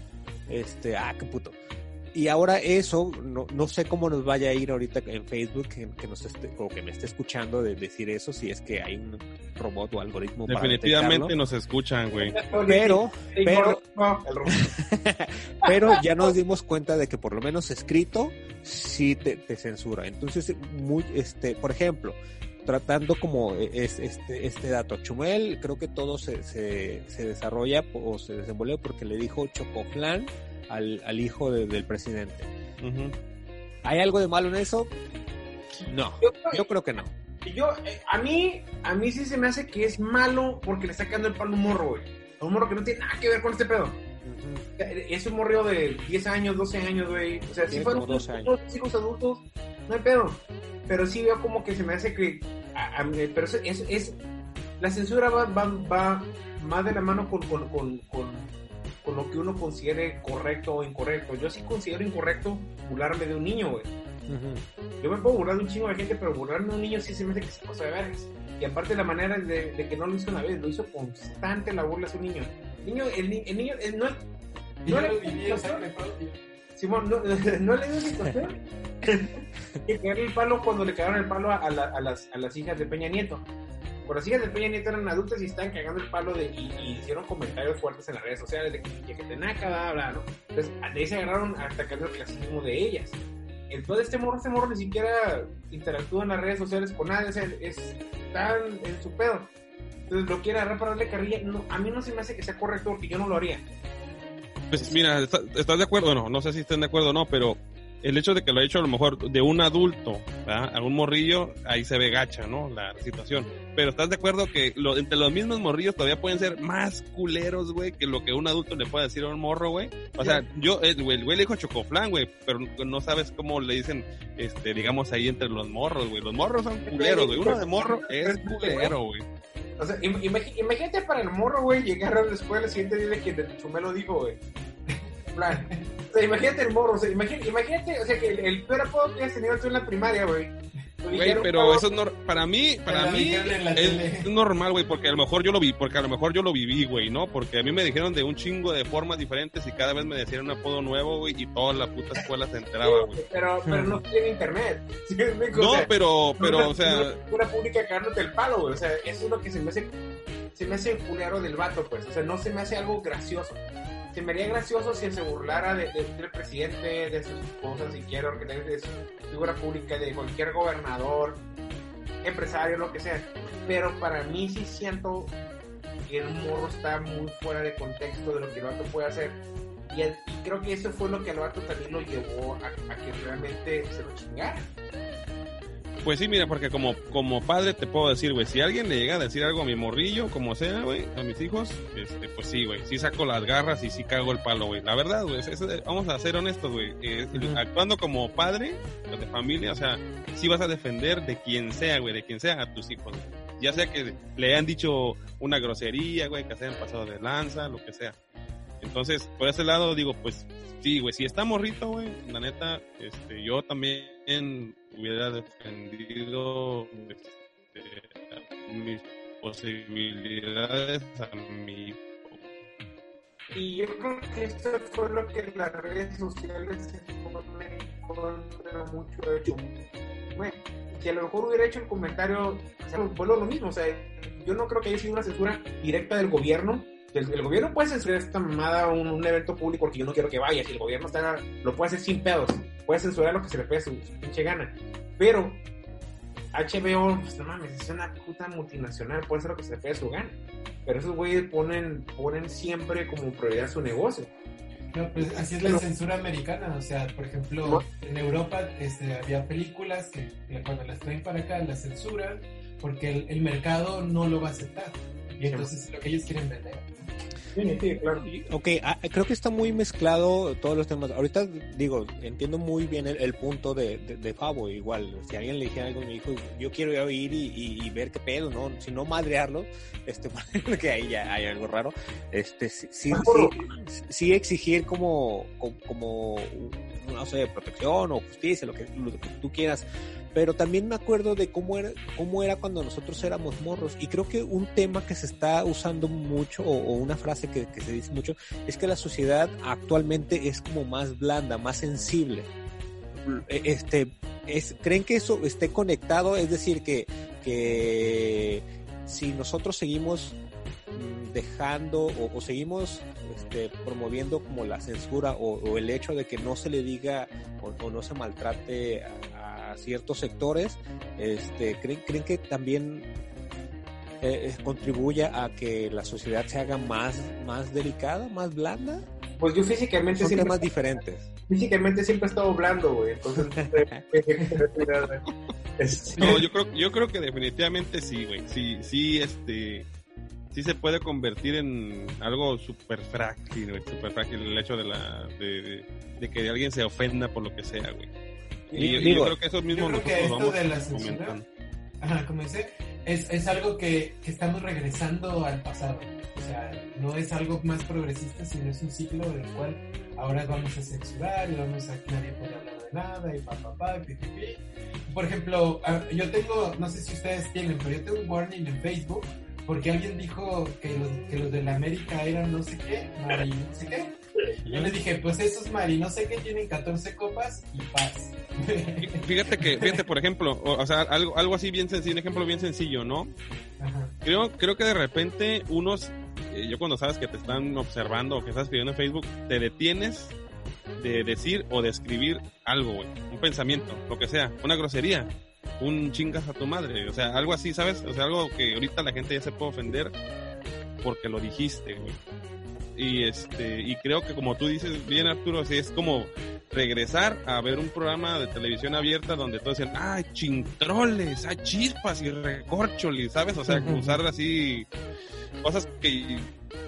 Este, ah, qué puto. Y ahora eso, no, no sé cómo nos vaya a ir ahorita en Facebook, que, que nos esté, o que me esté escuchando de decir eso, si es que hay un robot o algoritmo para Definitivamente detectarlo. nos escuchan, güey. Pero, pero, No, el robot. pero ya nos dimos cuenta de que por lo menos escrito sí te, te censura. Entonces, muy, este, por ejemplo, tratando como es, este, este dato, Chumel, creo que todo se, se, se desarrolla o se desenvuelve porque le dijo chocoflán al, al hijo de- del presidente. Ujú. ¿Hay algo de malo en eso? No, Yo creo- yo creo que no. Yo, eh, a mí, a mí sí se me hace que es malo porque le está quedando el palo a un morro, güey. A un morro que no tiene nada que ver con este pedo. Es un morrillo de diez años, doce años, güey. O sea, si Tiene fueron como doce años. unos hijos adultos, no hay pedo. Pero sí veo como que se me hace que... a- a mí- pero eso es, es... La censura va, va, va más de la mano con, con, con, con, con lo que uno considere correcto o incorrecto. Yo sí considero incorrecto burlarme de un niño, güey. Ujú. Yo me puedo burlar de un chingo de gente, pero burlarme de un niño sí se me hace que se pasa de vergas. Y aparte la manera de, de que no lo hizo una vez, lo hizo constante la burla a un niño. El niño, el, ni- el niño, el- no, Y no yo le lo viví en carne propia. Simón, no, no le dio situación. Que caerle el palo cuando le cagaron el palo a, la- a las, a las hijas de Peña Nieto. Por las hijas de Peña Nieto eran adultas y estaban cagando el palo de, y, y hicieron comentarios fuertes en las redes sociales de que, que te naca, bla, bla, ¿no? Entonces, de ahí se agarraron atacando el clasismo de ellas. El todo este morro, este morro ni siquiera interactúa en las redes sociales con nadie, o sea, es, está en su pedo. Entonces lo quiere agarrar para darle carrilla. No, a mí no se me hace que sea correcto porque yo no lo haría. Pues mira, ¿está- ¿estás de acuerdo o no? No sé si estén de acuerdo o no, pero el hecho de que lo ha hecho a lo mejor de un adulto, ¿verdad? A un morrillo, ahí se ve gacha, ¿no? La situación. Pero ¿estás de acuerdo que lo, entre los mismos morrillos todavía pueden ser más culeros, güey, que lo que un adulto le puede decir a un morro, güey? O sea, yo, el güey, el güey le dijo chocoflán, güey, pero no sabes cómo le dicen, este, digamos, ahí entre los morros, güey. Los morros son culeros, güey. Uno de morro es culero, güey. O sea, im- imag- imagínate para el morro, güey, llegar a la escuela el siguiente día de que de Chumelo dijo, güey. En plan, o sea, imagínate el morro, o sea, imagínate, imagínate, o sea, que el, el peor apodo que has tenido tú en la primaria, güey. Güey, pero eso es no, para mí, para Pero mí dijeron en la es, tele. es normal, güey, porque a lo mejor yo lo vi, porque a lo mejor yo lo viví, güey, ¿no? Porque a mí me dijeron de un chingo de formas diferentes y cada vez me decían un apodo nuevo, güey, y toda la puta escuela se enteraba, güey. Pero, pero no tiene internet. ¿Sí me explico? No, O sea, pero, pero, no, o sea, no, una pública cagándote el palo, güey. O sea, eso es lo que se me hace, se me hace el culero del vato, pues. O sea, no se me hace algo gracioso. Se me haría gracioso si él se burlara de, de- del presidente, de sus esposas, si quiere, o que de su figura pública, de cualquier gobernador, empresario, lo que sea. Pero para mí sí siento que el morro está muy fuera de contexto de lo que el vato puede hacer. Y, el- y creo que eso fue lo que al vato también lo llevó a, a que realmente se lo chingara. pues sí, mira, porque como, como padre te puedo decir, güey, si alguien le llega a decir algo a mi morrillo, como sea, güey, a mis hijos, este, pues sí, güey, sí saco las garras y sí cago el palo, güey. La verdad, güey, es- es- vamos a ser honestos, güey, eh, Ujú. actuando como padre, pues, de familia, o sea, sí vas a defender de quien sea, güey, de quien sea a tus hijos, güey. Ya sea que le hayan dicho una grosería, güey, que se hayan pasado de lanza, lo que sea. Entonces, por ese lado, digo, pues, sí, güey, si está morrito, güey, la neta, este, yo también hubiera defendido este, mis posibilidades a mi hijo. Y yo creo que esto fue lo que las redes sociales se ponen en contra mucho de hecho. Bueno, si a lo mejor hubiera hecho el comentario, o sea, fue lo mismo, o sea, yo no creo que haya sido una censura directa del gobierno. El, el gobierno puede censurar esta mamada a un, un evento público porque yo no quiero que vaya. Si el gobierno está, lo puede hacer sin pedos, puede censurar lo que se le pide a su, su pinche gana. Pero H B O, pues no mames, es una puta multinacional, puede hacer lo que se le pide a su gana. Pero esos güeyes ponen, ponen siempre como prioridad su negocio. No, pues así es la censura americana, o sea, por ejemplo, en Europa este, había películas que que cuando las traen para acá las censuran porque el, el mercado no lo va a aceptar y entonces es lo que ellos quieren vender. Sí, sí, claro. Ok, ah, creo que está muy mezclado todos los temas. Ahorita, digo, entiendo muy bien el, el punto de, de, de Fabo. Igual, si alguien le dijera algo a mi hijo, yo quiero ir y, y, y ver qué pedo, ¿no? Si no madrearlo, este, porque ahí ya hay algo raro. Este, sí, sí, sí, sí exigir como, como, como, no sé, protección o justicia, lo que, lo que tú quieras. Pero también me acuerdo de cómo era, cómo era cuando nosotros éramos morros. Y creo que un tema que se está usando mucho, o, o una frase que, que se dice mucho, es que la sociedad actualmente es como más blanda, más sensible. Este, es, ¿creen que eso esté conectado? Es decir, que, que si nosotros seguimos dejando o, o seguimos este, promoviendo como la censura o, o el hecho de que no se le diga o, o no se maltrate a, a ciertos sectores, este, ¿creen, creen que también eh, contribuya a que la sociedad se haga más, más delicada, más blanda? Pues yo físicamente Son siempre, temas diferentes. físicamente siempre he estado blando, güey. Entonces, este, No, yo creo, yo creo que definitivamente sí, güey. Sí, sí, este, sí se puede convertir en algo súper frágil, güey, súper frágil el hecho de la, de, de, de que alguien se ofenda por lo que sea, güey. Y, y Digo, yo creo que eso mismo yo creo que nosotros esto vamos de la censura, comentando. ajá, como dice, es, es algo que, que estamos regresando al pasado. O sea, no es algo más progresista, sino es un ciclo en el cual ahora vamos a censurar y vamos a nadie puede hablar de nada y pa pa pa y pi, pi, pi. Por ejemplo, yo tengo, no sé si ustedes tienen, pero yo tengo un warning en Facebook porque alguien dijo que los, que los de la América eran no sé qué, Mari no sé qué. Yo les dije, pues esos Mari no sé qué tienen catorce copas y paz. Fíjate que, fíjate, por ejemplo, o, o sea, algo, algo así bien sencillo, un ejemplo bien sencillo, ¿no? Ajá. Creo, creo que de repente unos, eh, yo cuando sabes que te están observando o que estás escribiendo en Facebook, te detienes de decir o de escribir algo, güey, un pensamiento, lo que sea, una grosería, un chingas a tu madre, o sea, algo así, ¿sabes? O sea, algo que ahorita la gente ya se puede ofender porque lo dijiste, güey. Y este, y creo que como tú dices bien, Arturo, sí, es como, regresar a ver un programa de televisión abierta donde todos decían, ¡ay, chintroles! ¡Ay, chispas y recorcholis! ¿Sabes? O sea, usar así cosas que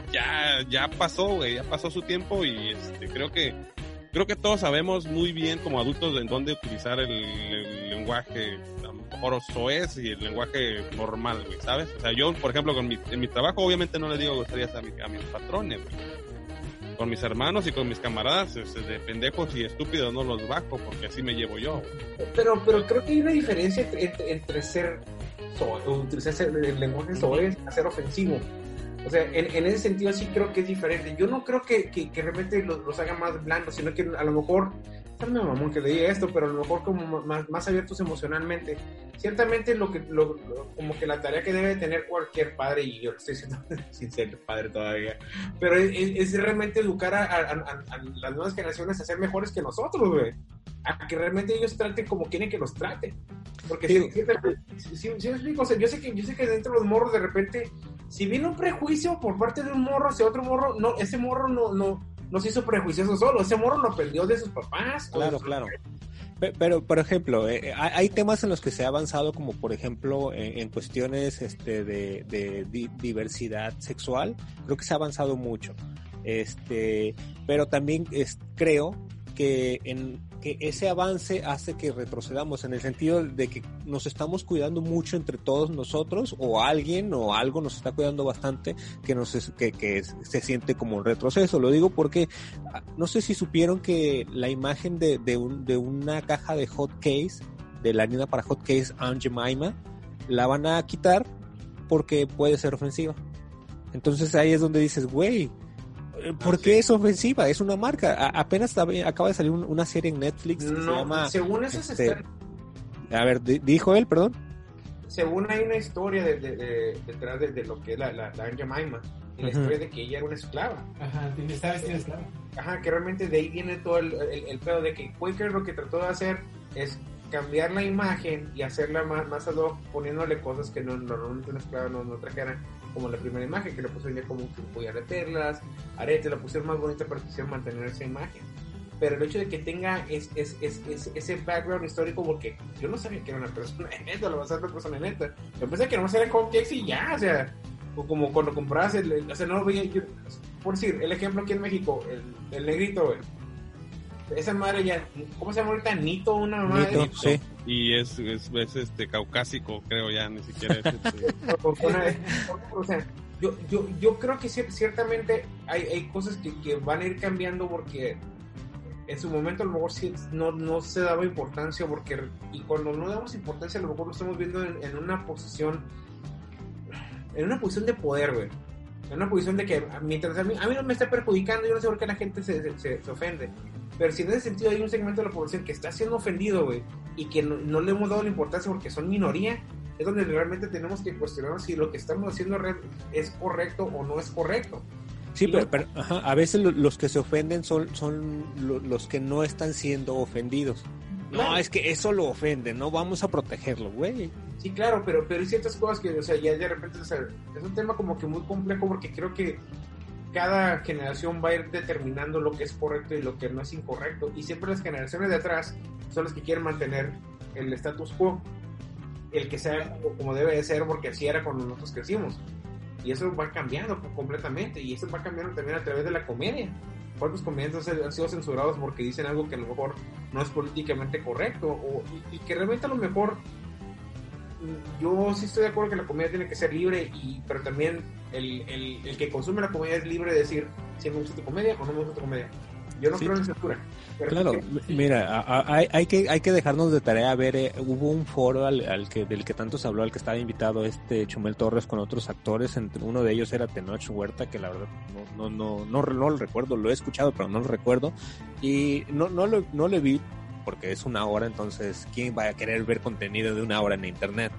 ya, ya pasó, güey, ya pasó su tiempo y este, creo que creo que todos sabemos muy bien como adultos en dónde utilizar el, el lenguaje, a lo mejor soez y el lenguaje normal, güey, ¿sabes? O sea, yo, por ejemplo, con mi, en mi trabajo obviamente no le digo groserías a, mi, a mis patrones, güey. Con mis hermanos y con mis camaradas, este, de pendejos y estúpidos no los bajo porque así me llevo yo. Pero, pero creo que hay una diferencia entre, entre, entre ser, so, utilizar el lenguaje soez a ser ofensivo. O sea, en, en ese sentido sí creo que es diferente. Yo no creo que, que, que realmente los, los haga más blandos, sino que a lo mejor, no me mamón que le diga esto, pero a lo mejor como más, más abiertos emocionalmente. Ciertamente lo que, lo, lo, como que la tarea que debe tener cualquier padre, y yo estoy siendo sin ser padre todavía, pero es, es realmente educar a, a, a, a las nuevas generaciones a ser mejores que nosotros, güey. A que realmente ellos traten como quieren que los traten. Porque sí, si, si, si, si me explico, o sea, yo sé que yo sé que dentro de los morros de repente, si viene un prejuicio por parte de un morro hacia otro morro, no, ese morro no, no, no se hizo prejuicioso solo, ese morro lo aprendió de sus papás. Claro, claro. Pero, pero, por ejemplo, eh, hay temas en los que se ha avanzado, como por ejemplo en, en cuestiones este, de, de di, diversidad sexual, creo que se ha avanzado mucho. Este, pero también es, creo que en que ese avance hace que retrocedamos, en el sentido de que nos estamos cuidando mucho entre todos nosotros, o alguien o algo nos está cuidando bastante, que nos es, que, que es, se siente como un retroceso. Lo digo porque no sé si supieron que la imagen de, de, un, de una caja de hot case, de la harina para hot case Aunt Jemima, la van a quitar porque puede ser ofensiva. Entonces ahí es donde dices, güey, ¿por qué es ofensiva? Es una marca. A, apenas acaba de salir un, una serie en Netflix que no, se llama... Según eso este, se está... A ver, di, dijo él, perdón. Según hay una historia de, de, de, detrás de, de lo que es la, la, la Aunt Jemima, y la uh-huh. historia de que ella era una esclava. Ajá, estaba vestida de esclava. Ajá, que realmente de ahí viene todo el, el, el pedo de que Quaker lo que trató de hacer es cambiar la imagen y hacerla más, más ad hoc, poniéndole cosas que no, normalmente una esclava no, no trajeran, como la primera imagen, que le pusieron ya como un collar de perlas, aretes, la pusieron más bonita para que quisieran mantener esa imagen. Pero el hecho de que tenga es, es, es, es, ese background histórico, porque yo no sabía que era una persona neta, lo vas a hacer una persona neta. Yo pensé que no era cupcakes y ya, o sea, como cuando comprabas el, el o sea, no veía, yo, por decir, el ejemplo aquí en México, el, el negrito, güey. Esa madre ya, ¿cómo se llama ahorita? Nito, una mamá Nito, de... sí. Y es, es, es este caucásico, creo ya, ni siquiera es este... O sea, yo, yo, yo creo que ciertamente hay, hay cosas que, que van a ir cambiando, porque en su momento a lo mejor sí no, no se daba importancia, porque y cuando no damos importancia a lo mejor lo estamos viendo en, en una posición en una posición de poder, güey. En una posición de que mientras a mí, a mí no me está perjudicando, yo no sé por qué la gente se, se, se ofende. Pero si en ese sentido hay un segmento de la población que está siendo ofendido, güey, y que no, no le hemos dado la importancia porque son minoría, es donde realmente tenemos que cuestionarnos si lo que estamos haciendo es correcto o no es correcto. Sí, y pero, lo... pero ajá, a veces los que se ofenden son, son los que no están siendo ofendidos. No, claro. Es que eso lo ofende, no vamos a protegerlo, güey. Sí, claro, pero, pero hay ciertas cosas que, o sea, ya de repente, o sea, es un tema como que muy complejo, porque creo que cada generación va a ir determinando lo que es correcto y lo que no es incorrecto, y siempre las generaciones de atrás son las que quieren mantener el status quo, el que sea como debe de ser, porque así era cuando nosotros crecimos, y eso va cambiando completamente, y eso va cambiando también a través de la comedia. ¿Cuántos comediantes han sido censurados porque dicen algo que a lo mejor no es políticamente correcto? O, y, y que realmente a lo mejor yo sí estoy de acuerdo que la comedia tiene que ser libre, y pero también el, el, el que consume la comedia es libre de decir si me gusta tu comedia o no me gusta tu comedia. Yo no sí. creo en censura. Claro, que, mira, a, a, hay, hay que hay que dejarnos de tarea ver, eh, hubo un foro al, al que del que tanto se habló, al que estaba invitado este Chumel Torres con otros actores, entre uno de ellos era Tenoch Huerta, que la verdad no no no no, no, no lo recuerdo, lo he escuchado pero no lo recuerdo, y no no lo no le vi porque es una hora, entonces quién va a querer ver contenido de una hora en internet.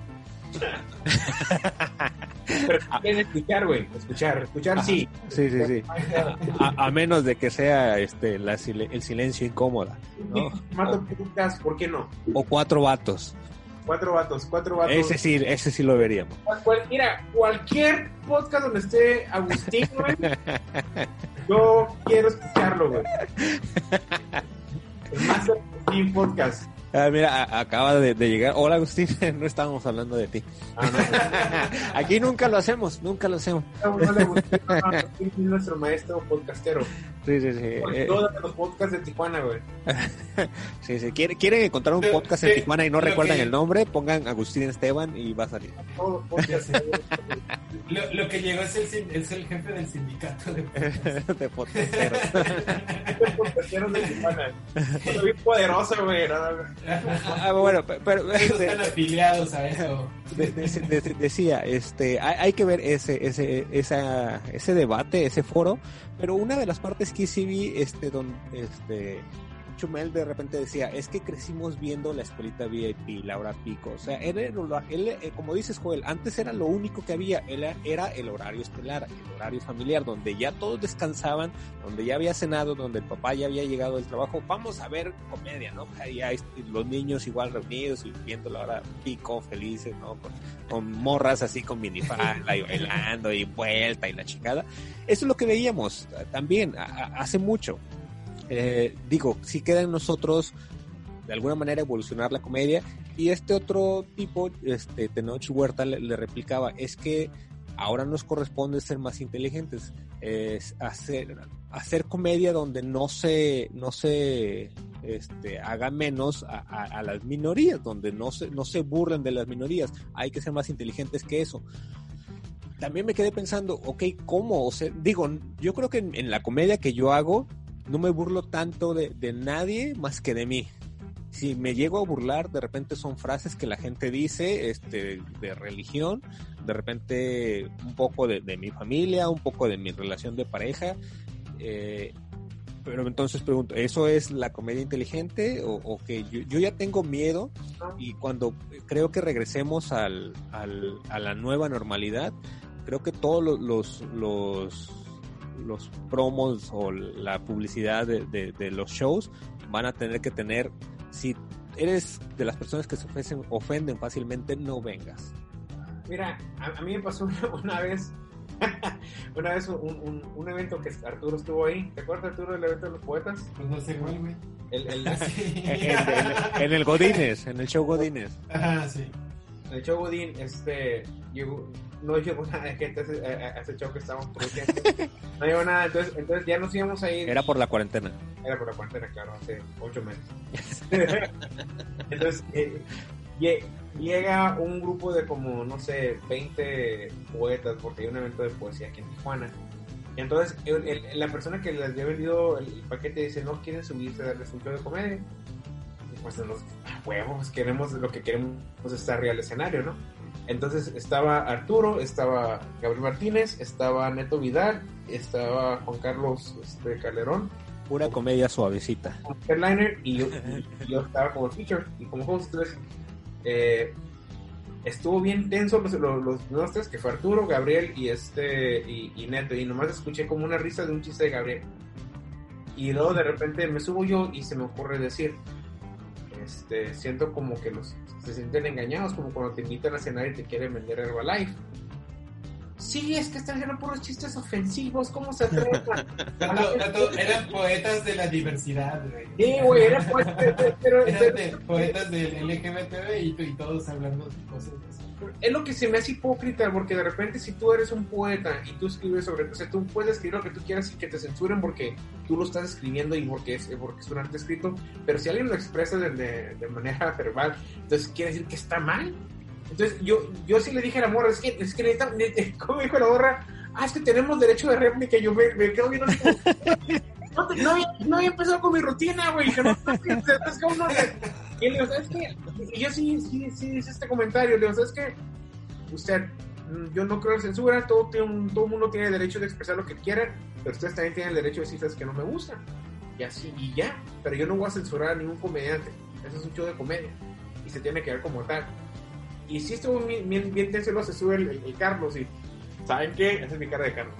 Pero quieren escuchar, güey, escuchar, escuchar, sí. Sí, sí, sí. A, a menos de que sea este la, el silencio incómoda, ¿no? Mato podcast, ¿por qué no? O cuatro vatos. Cuatro vatos, cuatro vatos. Ese sí, ese sí lo veríamos. Cualquiera, cualquier podcast donde esté Agustín, güey, yo quiero escucharlo, güey. El Master Agustín Podcast. Ah, mira, a- acaba de, de llegar. Hola, Agustín, no estábamos hablando de ti. Ah, no. Aquí nunca lo hacemos, nunca lo hacemos. Hola, Agustín, Agustín es nuestro maestro podcastero. Sí, sí, sí. Por Eh, todos los podcasts de Tijuana, güey. sí, sí. ¿Quiere- ¿Quieren encontrar un Lo- podcast en sí, Tijuana y no lo recuerdan que- el nombre? Pongan Agustín Esteban y va a salir. Todos los podcasts. Lo, lo que llegó es el, sin- es el jefe del sindicato de de podcasteros. podcasteros de Tijuana. Soy bien poderoso, güey. ¿no? Ah, bueno, pe- pero Ellos están afiliados a eso. de- de- de- decía, este, hay, hay que ver ese, ese, esa, ese debate, ese foro, pero una de las partes que sí vi, este, don, este, Chumel de repente decía, es que crecimos viendo la escuelita V I P, Laura Pico, o sea, él, era- él, eh, como dices, Joel, antes era lo único que había, era, era el horario estelar, el horario familiar, donde ya todos descansaban, donde ya había cenado, donde el papá ya había llegado del trabajo, vamos a ver comedia, ¿no? Ahí hay los niños igual reunidos y viendo la hora Pico, felices, ¿no? Con, con morras así con minifalda y bailando y vuelta y la chingada. Eso es lo que veíamos eh, también a- a- hace mucho. Eh, digo, si queda en nosotros de alguna manera evolucionar la comedia, y este otro tipo, este Tenoch Huerta le, le replicaba, es que ahora nos corresponde ser más inteligentes, es hacer, hacer comedia donde no se, no se este, haga menos a, a, a las minorías, donde no se, no se burlen de las minorías, hay que ser más inteligentes que eso. También me quedé pensando, ok, ¿cómo? O sea, digo, yo creo que en, en la comedia que yo hago, no me burlo tanto de, de nadie más que de mí. Si me llego a burlar, de repente son frases que la gente dice, este, de religión, de repente un poco de, de mi familia, un poco de mi relación de pareja, eh, pero entonces pregunto, ¿eso es la comedia inteligente? O, o que yo, yo ya tengo miedo, y cuando creo que regresemos al, al, a la nueva normalidad, creo que todos los, los, los los promos o la publicidad de, de, de los shows van a tener que tener, si eres de las personas que se ofenden, ofenden fácilmente, no vengas. Mira, a, a mí me pasó una, una vez, una vez un, un, un evento que Arturo estuvo ahí. ¿Te acuerdas, Arturo, del evento de los poetas? Pues no sé cuál, güey. El, el, Sí. En, en- en el Godínez, en el show Godínez. Ajá, sí. el show Godín, este, llegó, no llegó nada de gente a ese, a, a ese show que estábamos produciendo. No llegó nada, entonces, entonces ya nos íbamos a ir. Era por la cuarentena. Era por la cuarentena, claro, hace ocho meses. Entonces, eh, lle- llega un grupo de como, no sé, veinte poetas, porque hay un evento de poesía aquí en Tijuana. Y entonces, el- el- la persona que les había vendido el, el paquete dice, no quieren subirse a darles un show de comedia. Y pues, los ah, huevos, queremos, lo que queremos es estar arriba al escenario, ¿no? Entonces, estaba Arturo, estaba Gabriel Martínez, estaba Neto Vidal, estaba Juan Carlos este, Calderón, Pura comedia suavecita. como headliner, y yo, y yo estaba como feature y como host. Entonces, eh, estuvo bien tenso los, los, los primeros tres, que fue Arturo, Gabriel y este y, y Neto, y nomás escuché como una risa de un chiste de Gabriel, y luego de repente me subo yo y se me ocurre decir, este, siento como que los se sienten engañados, como cuando te invitan a cenar y te quieren vender Herbalife. Sí, es que están haciendo puros chistes ofensivos, ¿cómo se atreven? Tato, Tato, eran poetas de la diversidad, güey. Sí, güey, era pues, pero, pero, Eran pero- de- poetas del L G B T y, y todos hablando de cosas así. es lo que se me hace hipócrita, porque de repente si tú eres un poeta y tú escribes sobre, o sea, tú puedes escribir lo que tú quieras y que te censuren porque tú lo estás escribiendo y porque es, porque es un arte escrito, pero si alguien lo expresa de, de, de manera verbal, entonces quiere decir que está mal. Entonces yo, yo sí le dije a la morra, es que, es que neta, neta, ¿cómo dijo la morra? Ah, es que tenemos derecho de réplica, y yo me, me quedo viendo así como, no, te- no, había- no había empezado con mi rutina, güey, que no, no, es que uno le- y le digo, ¿sabes qué? Y yo sí, sí, sí hice este comentario, le digo, ¿sabes qué? Usted, mm, yo no creo en censura, todo, tiene un- todo el mundo tiene derecho de expresar lo que quiera, pero ustedes también tienen el derecho de decir, ¿sabes que no me gusta? Y así, y ya, pero yo no voy a censurar a ningún comediante, eso es un show de comedia, y se tiene que ver como tal. Y sí estuvo bien, bien, bien tenso, luego se sube el, el, el Carlos y, ¿saben qué? Esa es mi cara de Carlos.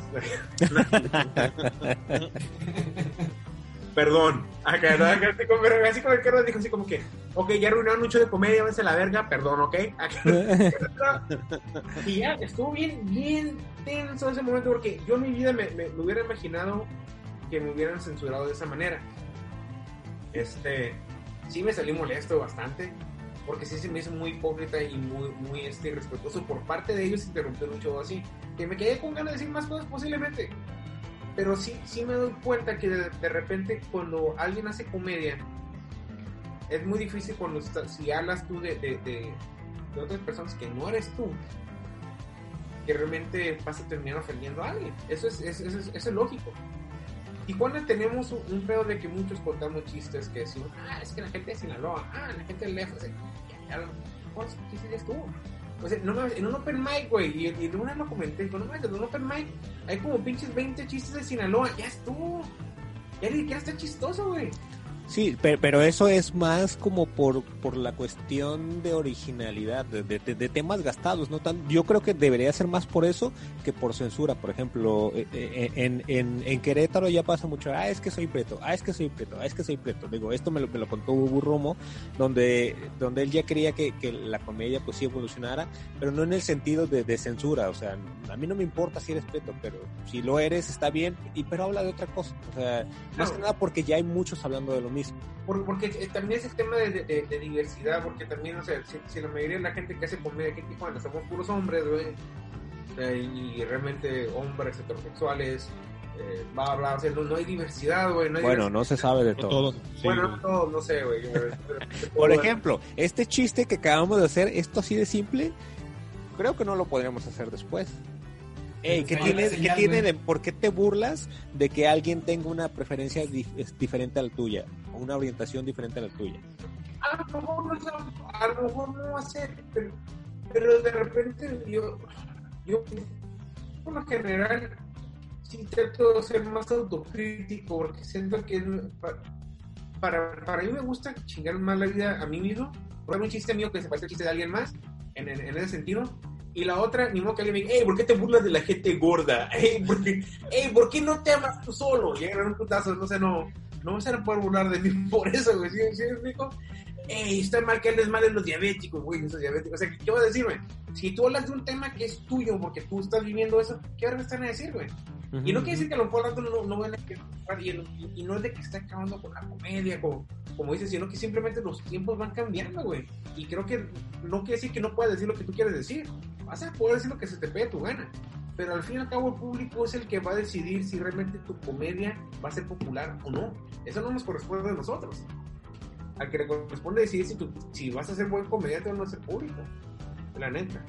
Perdón. Acá, ¿no? Acá, así como así como el Carlos dijo así como que, ok, ya arruinaron mucho de comedia, váyanse a la verga, perdón, ok. Acá, y ya, estuvo bien, bien tenso ese momento, porque yo en mi vida me, me, me hubiera imaginado que me hubieran censurado de esa manera. Este, sí me salí molesto bastante, porque sí se me hizo muy hipócrita y muy, muy este, irrespetuoso por parte de ellos interrumpir un show así, que me quedé con ganas de decir más cosas posiblemente, pero sí, sí me doy cuenta que de, de repente cuando alguien hace comedia, es muy difícil cuando está, si hablas tú de, de, de, de otras personas que no eres tú, que realmente vas a terminar ofendiendo a alguien. Eso es, es, es, eso es lógico. Y cuando tenemos un, un pedo de que muchos contamos chistes que decimos, ah, es que la gente de Sinaloa, ah, la gente del Left, o sea, ¿cuántos chistes ya estuvo? O sea, no mames, en un open mic, güey, y, y de una lo comenté, digo, no mames, en un open mic hay como pinches veinte chistes de Sinaloa, ya estuvo. Ya ni siquiera está chistoso, güey. Sí, pero, pero eso es más como por por la cuestión de originalidad, de, de, de temas gastados, no tan. Yo creo que debería ser más por eso que por censura. Por ejemplo, en, en, en Querétaro ya pasa mucho, ah, es que soy preto, ah, es que soy preto, ah, es que soy preto. Digo, esto me lo, me lo contó Burromo, donde donde él ya quería que, que la comedia pues sí evolucionara, pero no en el sentido de, de censura. O sea, a mí no me importa si eres preto, pero si lo eres está bien, y pero habla de otra cosa. O sea, más que nada porque ya hay muchos hablando de lo mismo. Por, porque también es el tema de, de, de diversidad, porque también, o sea, si, si la mayoría de la gente que hace comedia aquí en Tijuana somos puros hombres, güey, eh, y realmente hombres heterosexuales, eh, bla, bla, o sea, no, no hay diversidad, güey. No hay bueno, diversidad. no se sabe de todo. todo sí, bueno, güey. no, no sé, güey. Por ejemplo, este chiste que acabamos de hacer, esto así de simple, creo que no lo podríamos hacer después. Ey, ¿qué tiene, ¿qué tiene de, ¿por qué te burlas de que alguien tenga una preferencia dif- diferente a la tuya? O una orientación diferente a la tuya. A lo mejor no, a lo mejor no hace, pero, pero de repente yo, yo, por lo general, sí trato de ser más autocrítico, porque siento que para, para mí me gusta chingar más la vida a mí mismo, poner un chiste mío que se parece al chiste de alguien más, en, en, en ese sentido. Y la otra, ni modo que alguien me diga, hey, ¿por qué te burlas de la gente gorda? Hey, ¿por qué, hey, ¿por qué no te amas tú solo? Y agarrar un putazo, no sé, no, no se van a poder burlar de mí por eso, güey, ¿sí, sí me explico? Hey, está mal que hables mal de los diabéticos, güey, esos diabéticos. O sea, ¿qué vas a decirme? Si tú hablas de un tema que es tuyo porque tú estás viviendo eso, ¿qué ahora me están a decir, güey? Uh-huh. Y no quiere decir que a lo mejor rato no, no van a quedar, y, y, y no es de que está acabando con la comedia, como, como dices, sino que simplemente los tiempos van cambiando, güey. Y creo que no quiere decir que no puedas decir lo que tú quieres decir. Vas a poder decir lo que se te pegue tu gana. Pero al fin y al cabo el público es el que va a decidir si realmente tu comedia va a ser popular o no. Eso no nos corresponde a nosotros. Al que le corresponde decidir si, tu, si vas a ser buen comediante o no ser público. La neta.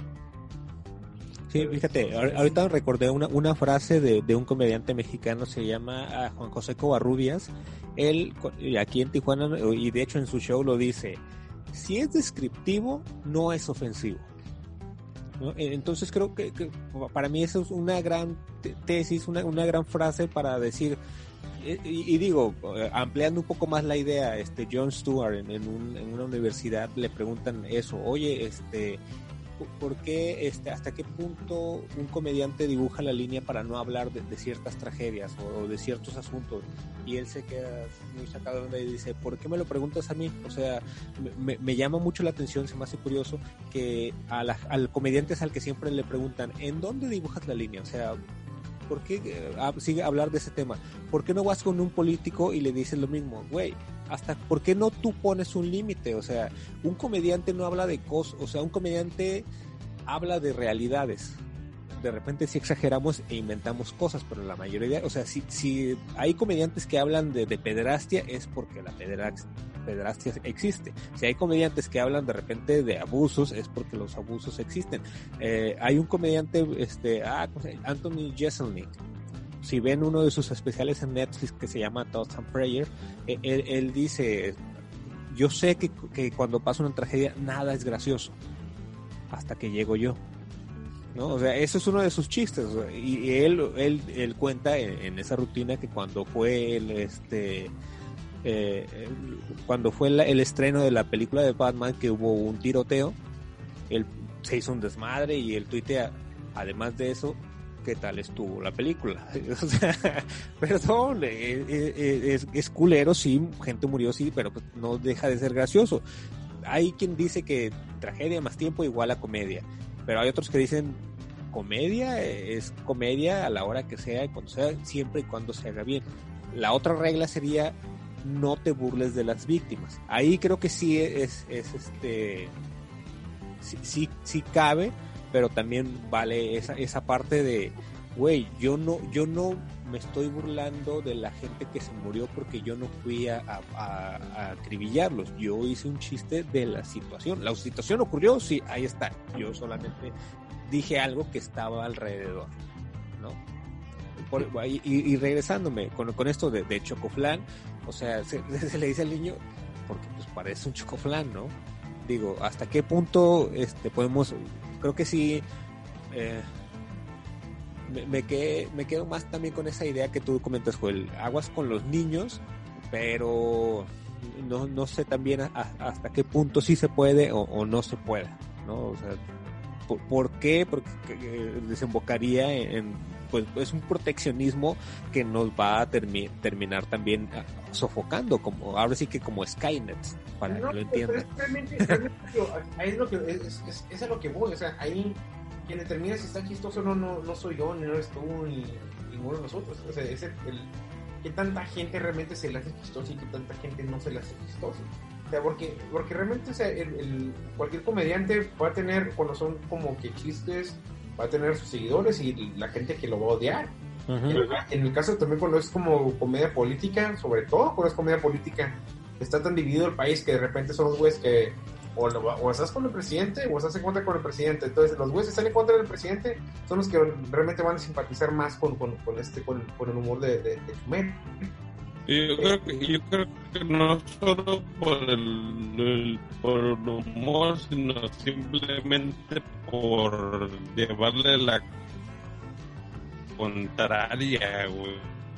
Sí, fíjate, ahorita recordé una, una frase de, de un comediante mexicano, se llama uh, Juan José Covarrubias. Él, aquí en Tijuana, y de hecho en su show lo dice, si es descriptivo, no es ofensivo, ¿no? Entonces creo que, que para mí eso es una gran tesis, una, una gran frase para decir, y, y digo, ampliando un poco más la idea, este Jon Stewart en, en, un, en una universidad le preguntan eso, oye, este... ¿por qué, este, hasta qué punto un comediante dibuja la línea para no hablar de, de ciertas tragedias o, o de ciertos asuntos? Y él se queda muy sacado de onda y dice, ¿por qué me lo preguntas a mí? O sea, me, me llama mucho la atención, se me hace curioso que a la, al comediante es al que siempre le preguntan, ¿en dónde dibujas la línea? O sea, ¿por qué eh, sigue hablar de ese tema? ¿Por qué no vas con un político y le dices lo mismo? Güey, hasta ¿por qué no tú pones un límite? O sea, un comediante no habla de cosas, o sea, un comediante habla de realidades. De repente sí exageramos e inventamos cosas, pero la mayoría, o sea, si, si hay comediantes que hablan de, de pederastia, es porque la pederastia, pederastia existe. Si hay comediantes que hablan de repente de abusos, es porque los abusos existen. Eh, hay un comediante, este, ah, Anthony Jeselnik. Si ven uno de sus especiales en Netflix que se llama Thoughts and Prayer, él, él dice, yo sé que, que cuando pasa una tragedia nada es gracioso, hasta que llego yo, ¿no? O sea, eso es uno de sus chistes, y, y él, él, él cuenta en, en esa rutina que cuando fue el, este, eh, el, cuando fue la, el estreno de la película de Batman, que hubo un tiroteo, él se hizo un desmadre y él tuitea, además de eso, ¿qué tal estuvo la película? O sea, perdón, es, es, es culero, sí, gente murió, sí, pero pues no deja de ser gracioso. Hay quien dice que tragedia más tiempo igual a comedia, pero hay otros que dicen comedia es comedia a la hora que sea y cuando sea, siempre y cuando se haga bien. La otra regla sería no te burles de las víctimas. Ahí creo que sí es, es este, sí, sí, sí cabe, pero también vale esa, esa parte de, güey, yo no, yo no me estoy burlando de la gente que se murió porque yo no fui a, a, a, a acribillarlos. Yo hice un chiste de la situación. La situación ocurrió, sí, ahí está. Yo solamente dije algo que estaba alrededor, ¿no? Por, y, y regresándome con, con esto de, de chocoflán, o sea, se, se le dice al niño, porque pues parece un chocoflán, ¿no? Digo, ¿hasta qué punto este podemos? Creo que sí. Eh, Me, me, quedé, me quedo más también con esa idea que tú comentas, Joel, aguas con los niños, pero no, no sé también a, a, hasta qué punto sí se puede o, o no se puede, ¿no? O sea, ¿por, por qué? Porque eh, desembocaría en, en, pues es un proteccionismo que nos va a termi- terminar también sofocando, como ahora sí que como Skynet, para no, que lo entiendan. Pero realmente, realmente ahí es lo que es, es, es a lo que voy, o sea, ahí quien determina si está chistoso o no, no, no soy yo, ni no eres tú, ni ninguno de nosotros. O sea, es el, el que tanta gente realmente se le hace chistoso y que tanta gente no se le hace chistoso. O sea, porque, porque realmente, o sea, el, el, cualquier comediante va a tener, cuando son como que chistes, va a tener sus seguidores y la gente que lo va a odiar. Uh-huh. En, el, en el caso también cuando es como comedia política, sobre todo cuando es comedia política, está tan dividido el país que de repente son los güeyes que O, lo, o estás con el presidente o estás en contra con el presidente. Entonces los güeyes que están en contra del presidente son los que realmente van a simpatizar más con, con, con este con, con el humor de, de, de Chumel. Yo creo que yo creo que no solo por el, el por el humor, sino simplemente por llevarle la contraria, güey,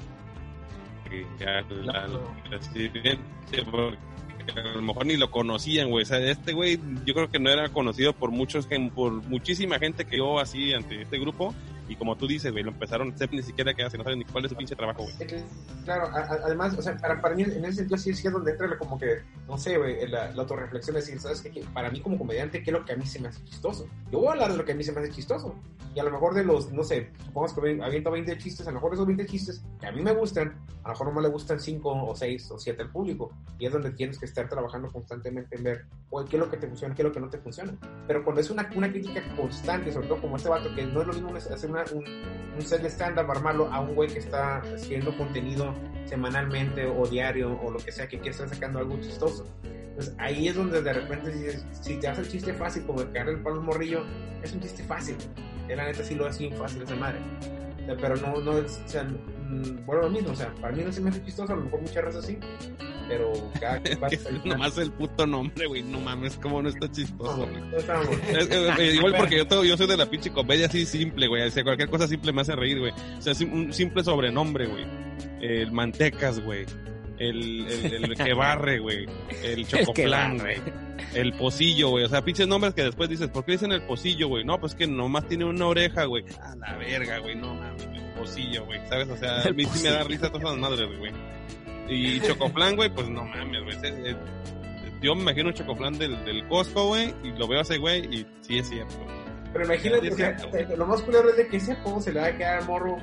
al, al presidente, porque a lo mejor ni lo conocían, güey. O sea, este güey yo creo que no era conocido por muchos, por muchísima gente que yo así ante este grupo, y como tú dices, güey, lo empezaron a hacer ni siquiera que hace, no saben ni cuál es su pinche trabajo, güey. Claro, a, a, además, o sea, para, para mí en ese sentido sí, sí es donde entra como que, no sé, güey, la, la autorreflexión es decir, ¿sabes qué? Para mí como comediante, ¿qué es lo que a mí se me hace chistoso? Yo voy a hablar de lo que a mí se me hace chistoso, y a lo mejor de los, no sé, supongamos que aviento veinte chistes, a lo mejor de esos veinte chistes que a mí me gustan, a lo mejor no me le gustan cinco o seis o siete al público, y es donde tienes que estar trabajando constantemente en ver, oye, qué es lo que te funciona, qué es lo que no te funciona. Pero cuando es una, una crítica constante, sobre todo como este vato, que no es lo mismo hacer una, un, un set de stand-up, armarlo a un güey que está haciendo contenido semanalmente o diario o lo que sea, que quiere estar sacando algo chistoso. Entonces ahí es donde de repente si, si te hace el chiste fácil como el caer el palo al morrillo, es un chiste fácil, que la neta sí lo hace bien fácil esa madre. O sea, pero no, no es, o sea, mmm, bueno, lo mismo, o sea, para mí no se me hace chistoso, a lo mejor muchas veces sí, pero cada vez que nomás el puto nombre, güey, no mames, como no está chistoso, güey. No, estamos, es, es, igual porque yo, todo, yo soy de la pinche comedia así simple, güey, o sea, cualquier cosa simple me hace reír, güey. O sea, un simple sobrenombre, güey. El mantecas, güey. El, el, el que barre, güey. El chocoflán, güey. El pocillo, güey. O sea, pinches nombres que después dices, ¿por qué dicen el pocillo, güey? No, pues que nomás tiene una oreja, güey. A la verga, güey, no mames, el pocillo, güey. ¿Sabes? O sea, a mí sí me da risa todas las madres, güey. Y chocoflán, güey, pues no mames, güey. Es, es, yo me imagino un chocoflán del, del Costco, güey, y lo veo a ese güey, y sí es cierto. Pero imagínate, sí, o sea, cierto, lo más curioso es de que ese apodo se le va a quedar al morro.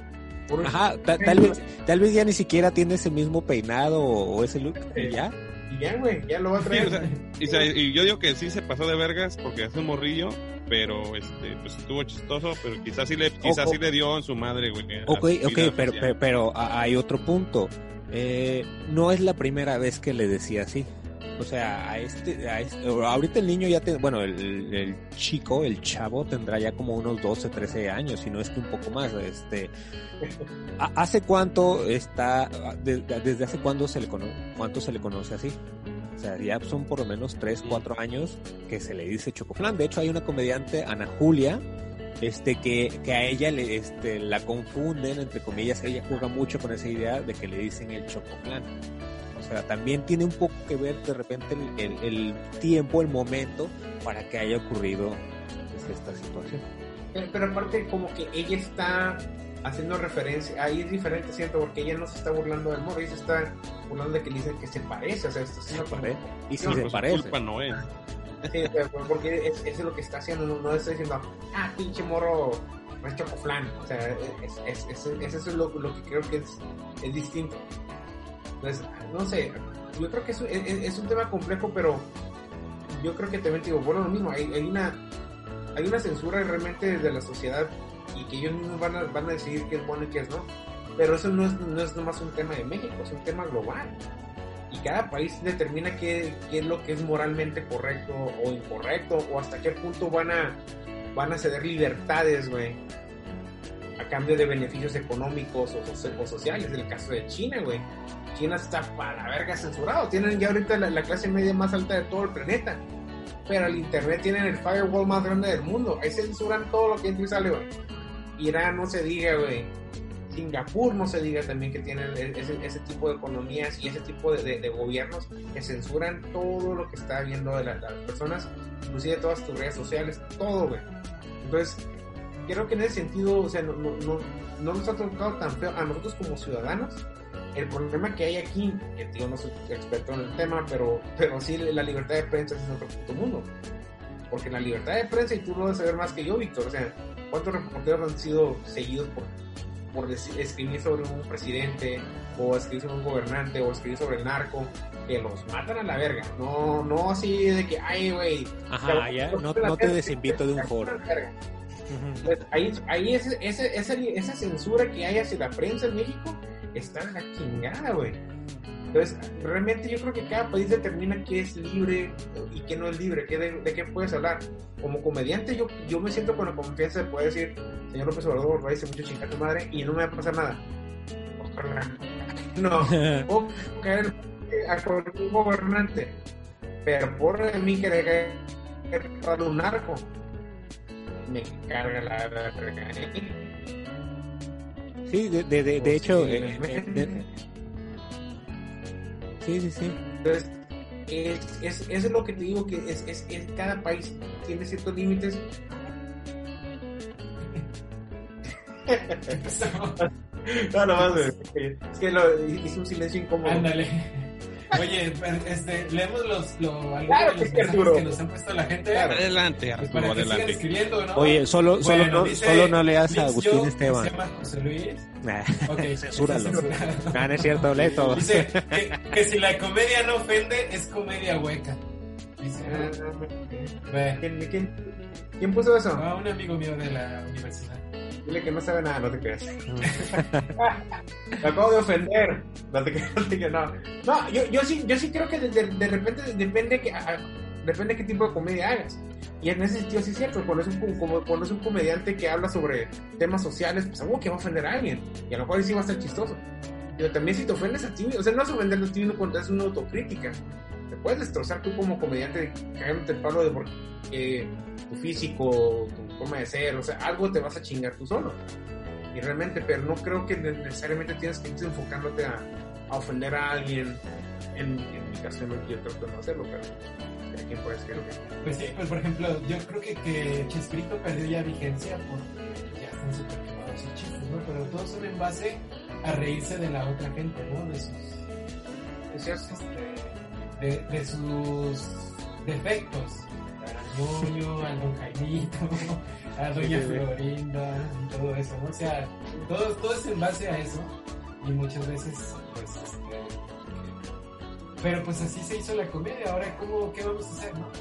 Ajá, ta, tal vez tal vez ya ni siquiera tiene ese mismo peinado o, o ese look, sí. y ya. Y ya, güey, ya lo va a traer. Sí, o sea, y, o sea, y yo digo que sí se pasó de vergas porque es un morrillo, pero este pues estuvo chistoso, pero quizás sí le quizás o, sí le dio en su madre, güey. Ok, ok, pero, pero, pero hay otro punto. Eh, no es la primera vez que le decía así. O sea, a este, a este ahorita el niño ya te, bueno, el, el chico, el chavo tendrá ya como unos doce, trece años, si no es que un poco más. Este, ¿hace cuánto está, de, desde hace cuándo se le conoce, cuánto se le conoce así? O sea, ya son por lo menos tres, cuatro años que se le dice chocoflán. De hecho, hay una comediante, Ana Julia, este, que, que a ella le, este, la confunden, entre comillas, ella juega mucho con esa idea de que le dicen el chocoflán. O sea, también tiene un poco que ver de repente el, el, el tiempo, el momento para que haya ocurrido pues, esta situación. Pero, pero aparte como que ella está haciendo referencia, ahí es diferente, ¿cierto? Porque ella no se está burlando del morro, ella se está burlando de que le dicen que se parece, o sea, está haciendo como... Y si no, se pues parece. Culpa no es. Sí, porque es, es lo que está haciendo, no, no está diciendo, ah, pinche morro, no es chocoflán, o sea, es, es, es, es, es eso es lo, lo que creo que es, es distinto. Entonces, no sé, yo creo que es, es, es un tema complejo, pero yo creo que también te digo, bueno, lo mismo, hay, hay una hay una censura realmente de la sociedad y que ellos mismos van a, van a decidir qué es bueno y qué es no, pero eso no es, no es nomás un tema de México, es un tema global y cada país determina qué, qué es lo que es moralmente correcto o incorrecto o hasta qué punto van a van a ceder libertades, güey, a cambio de beneficios económicos o, so- o sociales. En el caso de China, güey, China está para la verga censurado, tienen ya ahorita la, la clase media más alta de todo el planeta, pero el internet tienen el firewall más grande del mundo, ahí censuran todo lo que entra y sale, güey. Irán no se diga, güey, Singapur no se diga también, que tienen ese, ese tipo de economías y ese tipo de, de, de gobiernos que censuran todo lo que está viendo de la, las personas, inclusive todas tus redes sociales, todo, güey. Entonces creo que en ese sentido, o sea, no, no, no, no nos ha tocado tan feo a nosotros como ciudadanos. El problema que hay aquí, que yo no soy experto en el tema, pero, pero sí la libertad de prensa es otro puto mundo. Porque la libertad de prensa, y tú lo debes saber más que yo, Víctor, o sea, ¿cuántos reporteros han sido seguidos por, por decir, escribir sobre un presidente, o escribir sobre un gobernante, o escribir sobre el narco, que los matan a la verga? No, no así de que, ay, güey. Ajá, ya, no, no te desinvito de un foro. Entonces, ahí, ahí ese, ese, esa, esa censura que hay hacia la prensa en México está en la chingada, güey. Entonces, realmente yo creo que cada país determina qué es libre y qué no es libre, qué de, de qué puedes hablar. Como comediante, yo, yo me siento con la confianza de poder decir, señor López Obrador, váyase mucho chingar tu madre y no me va a pasar nada. Ojalá. No, puedo caer a cualquier gobernante, pero por mí que le caer para un narco, me carga la verga. Sí, de, de, de, de hecho, eh, eh, de... sí, sí, sí. Entonces, es, es, eso es lo que te digo, que es, es, es cada país tiene ciertos límites. No, no más, es que lo, hice un silencio incómodo. Ándale. Oye, este, leemos los, lo, claro, los que mensajes que nos han puesto la gente. Claro. Adelante, Pues Arturo, para que sigan adelante. escribiendo, ¿no? Oye, solo, Bueno, solo, no, dice solo no leas a Liz Agustín Yo, Esteban. que se llama José Luis. Nah, Okay, censúralo. censurado. Nah, no es cierto, lee todo. Dice que, que si la comedia no ofende, es comedia hueca. Dice, ve. ¿Quién, quién, quién puso eso? Ah, un amigo mío de la universidad. Dile que no sabe nada, no te creas. Me acabo de ofender. No te creas, que no. No, yo, yo sí, yo sí creo que de, de, de repente depende que a, depende qué tipo de comedia hagas. Y en ese sentido sí es cierto, cuando es un, como, cuando es un comediante que habla sobre temas sociales, pues algo que va a ofender a alguien. Y a lo mejor sí va a ser chistoso. Pero también si te ofendes a ti, o sea, no es ofenderle a ti mismo cuando es una autocrítica. Te puedes destrozar tú como comediante cagándote el palo de porque eh, tu físico, tu forma de ser, o sea, algo te vas a chingar tú solo. Y realmente, pero no creo que necesariamente tienes que ir enfocándote a, a ofender a alguien. En, en mi caso, yo trato de no hacerlo, pero ¿a quién puede ser? Pues sí, pues por ejemplo, yo creo que, que Chespirito perdió ya vigencia porque ya están súper quemados sus chistes, ¿no? Pero todos son en base a reírse de la otra gente, ¿no? De sus... Es cierto. Este, de, de sus defectos. Al Ñoño, al Don Jaimito, a Doña Sí, sí, sí. Florinda, y todo eso, ¿no? O sea, todo, todo es en base a eso. Y muchas veces, pues, este... Pero pues así se hizo la comedia. Ahora, ¿cómo, qué vamos a hacer, no?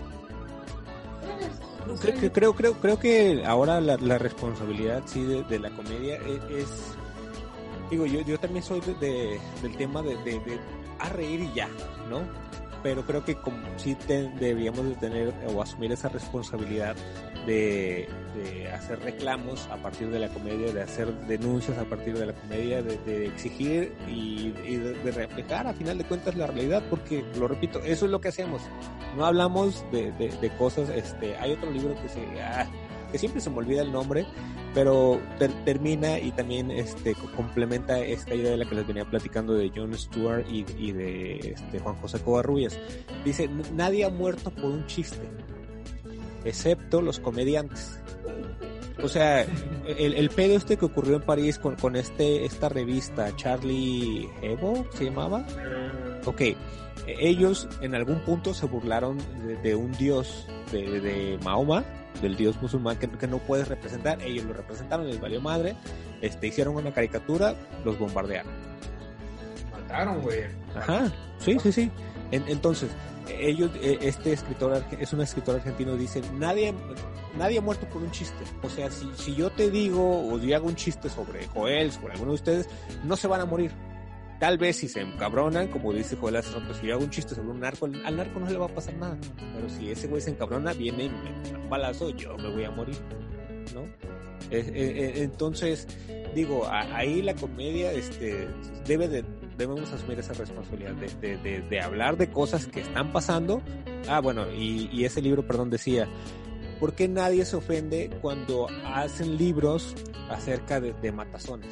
No, creo, que- creo, creo, creo que ahora la, la responsabilidad sí de, de la comedia es, es- digo, yo, yo también soy de, de- del tema de, de, de a reír y ya, ¿no? Pero creo que como sí te- deberíamos de tener o asumir esa responsabilidad de, de hacer reclamos a partir de la comedia, de hacer denuncias a partir de la comedia, de, de exigir y, y de, de reflejar a final de cuentas la realidad, porque lo repito, eso es lo que hacemos. No hablamos de, de, de cosas, este, hay otro libro que se, ah, que siempre se me olvida el nombre, pero ter, termina y también este complementa esta idea de la que les venía platicando de Jon Stewart y, y de este, Juan José Covarrubias. Dice, nadie ha muerto por un chiste, excepto los comediantes. O sea, el, el pedo este que ocurrió en París con, con este esta revista, Charlie Hebdo, ¿se llamaba? Ok, ellos en algún punto se burlaron de, de un dios, de, de Mahoma, del dios musulmán que, que no puedes representar. Ellos lo representaron, les valió madre, este, hicieron una caricatura, los bombardearon. mataron, güey. Ajá, sí, sí, sí. En, entonces, ellos, este escritor, es un escritor argentino, dice, nadie, nadie ha muerto por un chiste. O sea, si, si yo te digo, o yo hago un chiste sobre Joel, sobre alguno de ustedes, no se van a morir. Tal vez si se encabronan, como dice Joel hace rato, si yo hago un chiste sobre un narco, al narco no le va a pasar nada. Pero si ese güey se encabrona, viene y me da un balazo, yo me voy a morir, ¿no? Eh, eh, entonces, digo, a, ahí la comedia este, debe de, debemos asumir esa responsabilidad de, de, de, de hablar de cosas que están pasando. Ah, bueno, y, y ese libro, perdón, decía, ¿por qué nadie se ofende cuando hacen libros acerca de, de matazones?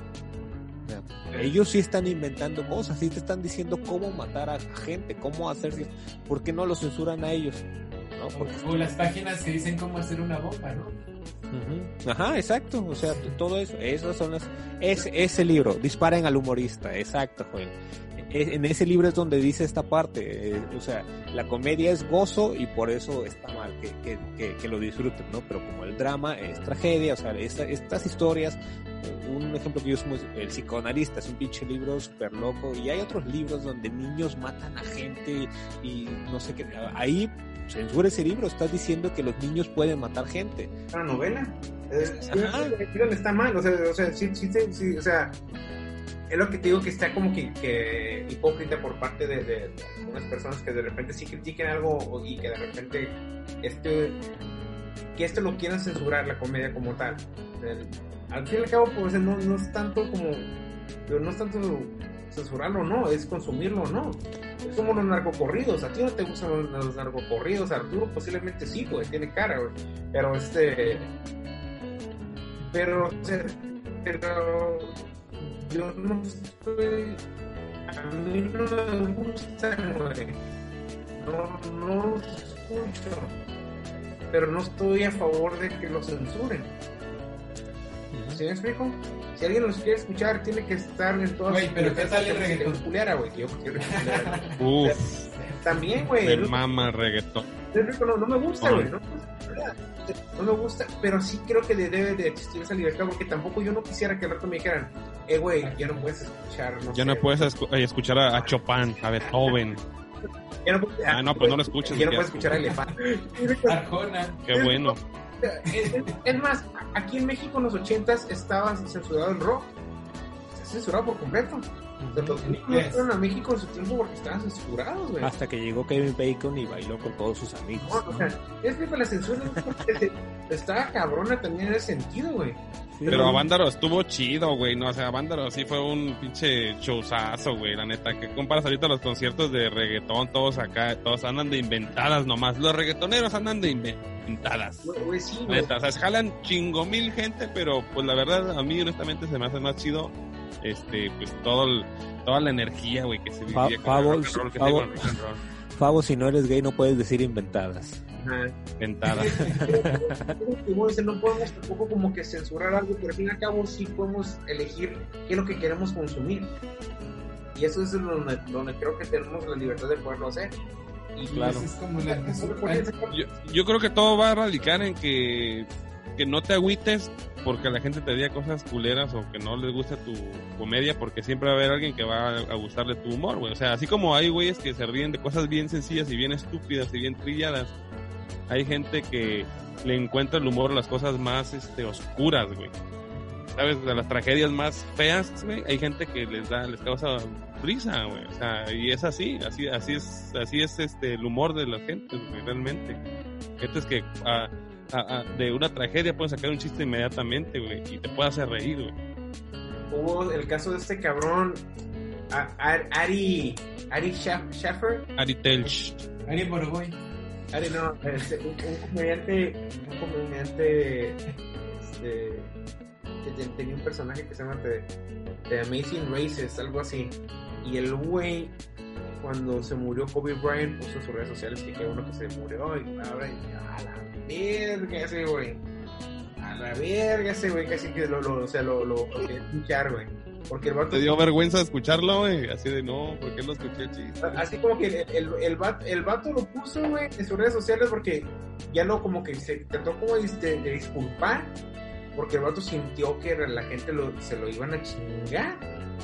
Ellos sí están inventando cosas, sí te están diciendo cómo matar a gente, cómo hacer, ¿por qué no lo censuran a ellos? ¿No? Porque o, o las páginas que dicen cómo hacer una bomba, ¿no? Uh-huh. Ajá, exacto, o sea, todo eso, esas son las, ese, ese libro, Disparen al humorista, exacto, Joel. En ese libro es donde dice esta parte, eh, o sea, la comedia es gozo y por eso está mal que, que, que, que lo disfruten, ¿no? Pero como el drama es tragedia, o sea, esta, estas historias, un ejemplo que yo uso es El psicoanalista, es un pinche libro súper loco, y hay otros libros donde niños matan a gente y no sé qué, ahí censura ese libro, estás diciendo que los niños pueden matar gente. ¿Una novela? Eh, sí, está mal, o sea, o sea, sí, sí, sí, sí, o sea, es lo que te digo, que está como que, que hipócrita por parte de, de, de algunas personas que de repente sí critiquen algo y que de repente este, que esto lo quieran censurar, la comedia como tal. El, al fin y al cabo, pues no, no es tanto como, no es tanto censurarlo, no, es consumirlo, no. Es como los narcocorridos, a ti no te gustan los, los narcocorridos, Arturo posiblemente sí, güey, tiene cara, güey, pero este, pero, o sea, pero yo no estoy, a mí no me gusta, güey, no, no los escucho, pero no estoy a favor de que los censuren. ¿Sí me explico? Si alguien los quiere escuchar, tiene que estar en todas... Güey, pero ¿qué tal el reggaetón? Culiara, güey, que yo quiero culiara. Uf. También, güey. Me mama el reggaetón. No, no me gusta, güey, no, no me gusta, pero sí creo que debe de existir esa libertad, porque tampoco yo no quisiera que al rato me dijeran, eh, güey, ya no puedes escuchar, no Ya sé, no puedes escu- escuchar a, a Chopin, a Beethoven. Ya no, Ah, no, pues no lo escuches. Ya no qué puedes asco. escuchar a Elefante. Arjona. Qué bueno. Es, es, es más, aquí en México en los ochentas estaba censurado el rock. Está censurado por completo. O sea, los niños no fueron a México en su tiempo porque estaban censurados, güey. Hasta que llegó Kevin Bacon y bailó con todos sus amigos. No, ¿no? o sea, es que la censura es porque estaba cabrona también en ese sentido, güey. Sí, Pero Avándaro estuvo chido, güey, no, o sea, Avándaro sí fue un pinche showzazo, güey, la neta, que comparas ahorita los conciertos de reggaetón, todos acá, todos andan de inventadas nomás, los reggaetoneros andan de inventadas, Güey, güey, sí, güey. neta, o sea, se jalan chingo mil gente, pero pues la verdad, a mí honestamente se me hace más chido, este, pues todo el, toda la energía, güey, que se vivía Fa- con el Favo, rock and roll, que Favo. tengo el rock and roll. Favo, si no eres gay no puedes decir inventadas. Ajá. Inventada. Y bueno, dice, no podemos tampoco como que censurar algo, pero al fin y al cabo sí podemos elegir qué es lo que queremos consumir. Y eso es donde, donde creo que tenemos la libertad de poderlo hacer. Y Claro. Eso es como la Yo, yo creo que todo va a radicar en que, que no te agüites porque la gente te diga cosas culeras o que no les guste tu comedia, porque siempre va a haber alguien que va a gustarle tu humor, güey. O sea, así como hay güeyes que se ríen de cosas bien sencillas y bien estúpidas y bien trilladas, hay gente que le encuentra el humor a las cosas más este, oscuras, güey. ¿Sabes? De las tragedias más feas, güey, hay gente que les da, les causa risa, güey. O sea, y es así, así, así es, así es este el humor de la gente, güey, realmente. Gente es que a, a, a, de una tragedia pueden sacar un chiste inmediatamente, güey, y te puede hacer reír, güey. hubo el caso de este cabrón, a, a, Ari, Ari Schaffer. Ari Telch. Ari Boroboy. Ari, no, este, un, un comediante, un comediante, este, que tenía un personaje que se llama The, The Amazing Races, algo así. Y el güey, cuando se murió Kobe Bryant, puso en sus redes sociales que qué bueno que se murió. Y ahora, a la verga ese güey. A la verga ese güey, casi que lo, lo, o sea, lo, lo, lo quería escuchar, güey. Porque el vato... ¿Te dio vergüenza escucharlo, güey? Así de, no, ¿por qué lo escuché el chiste? Así como que el, el, el, vato, el vato lo puso, güey, en sus redes sociales porque ya lo como que se trató como de, de, de disculpar, porque el vato sintió que la gente lo, se lo iban a chingar.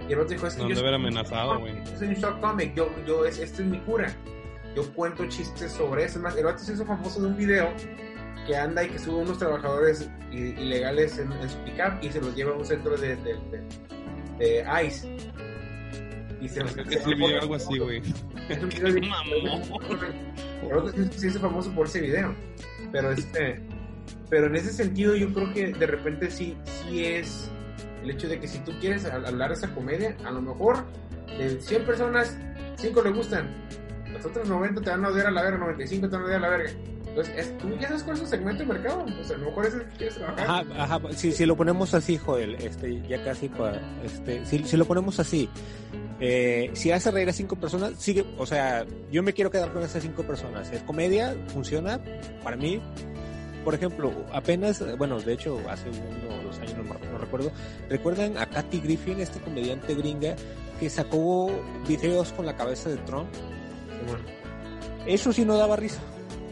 Y el otro dijo, es que No yo de haber soy un amenazado, shock güey. comic, yo soy un shock comic, yo, yo, es, esta es mi cura. Yo cuento chistes sobre eso. Es más, el otro se hizo famoso de un video que anda y que sube unos trabajadores ilegales en, en su pick-up y se los lleva a un centro de, de, de, de ICE. Y se los Creo que sí vi algo así, güey. Es un video de... El otro se hizo famoso por ese video. Pero este... Pero en ese sentido yo creo que de repente sí, sí es el hecho de que si tú quieres hablar de esa comedia, a lo mejor de cien personas, cinco le gustan. Los otros noventa te van a odiar a la verga, noventa y cinco te van a odiar a la verga. Entonces, es, tú ya sabes cuál es tu segmento de mercado. O sea, a lo mejor es el que quieres trabajar. Ajá, ajá. Si, si lo ponemos así, Joel, este, ya casi para, este, si, si lo ponemos así, eh, si hace reír a cinco personas, sigue, o sea, yo me quiero quedar con esas cinco personas. Es comedia, funciona, para mí. Por ejemplo, apenas, bueno, de hecho, hace uno o dos años, no, no recuerdo, ¿recuerdan a Kathy Griffin, esta comediante gringa, que sacó videos con la cabeza de Trump? Sí, bueno. Eso sí no daba risa.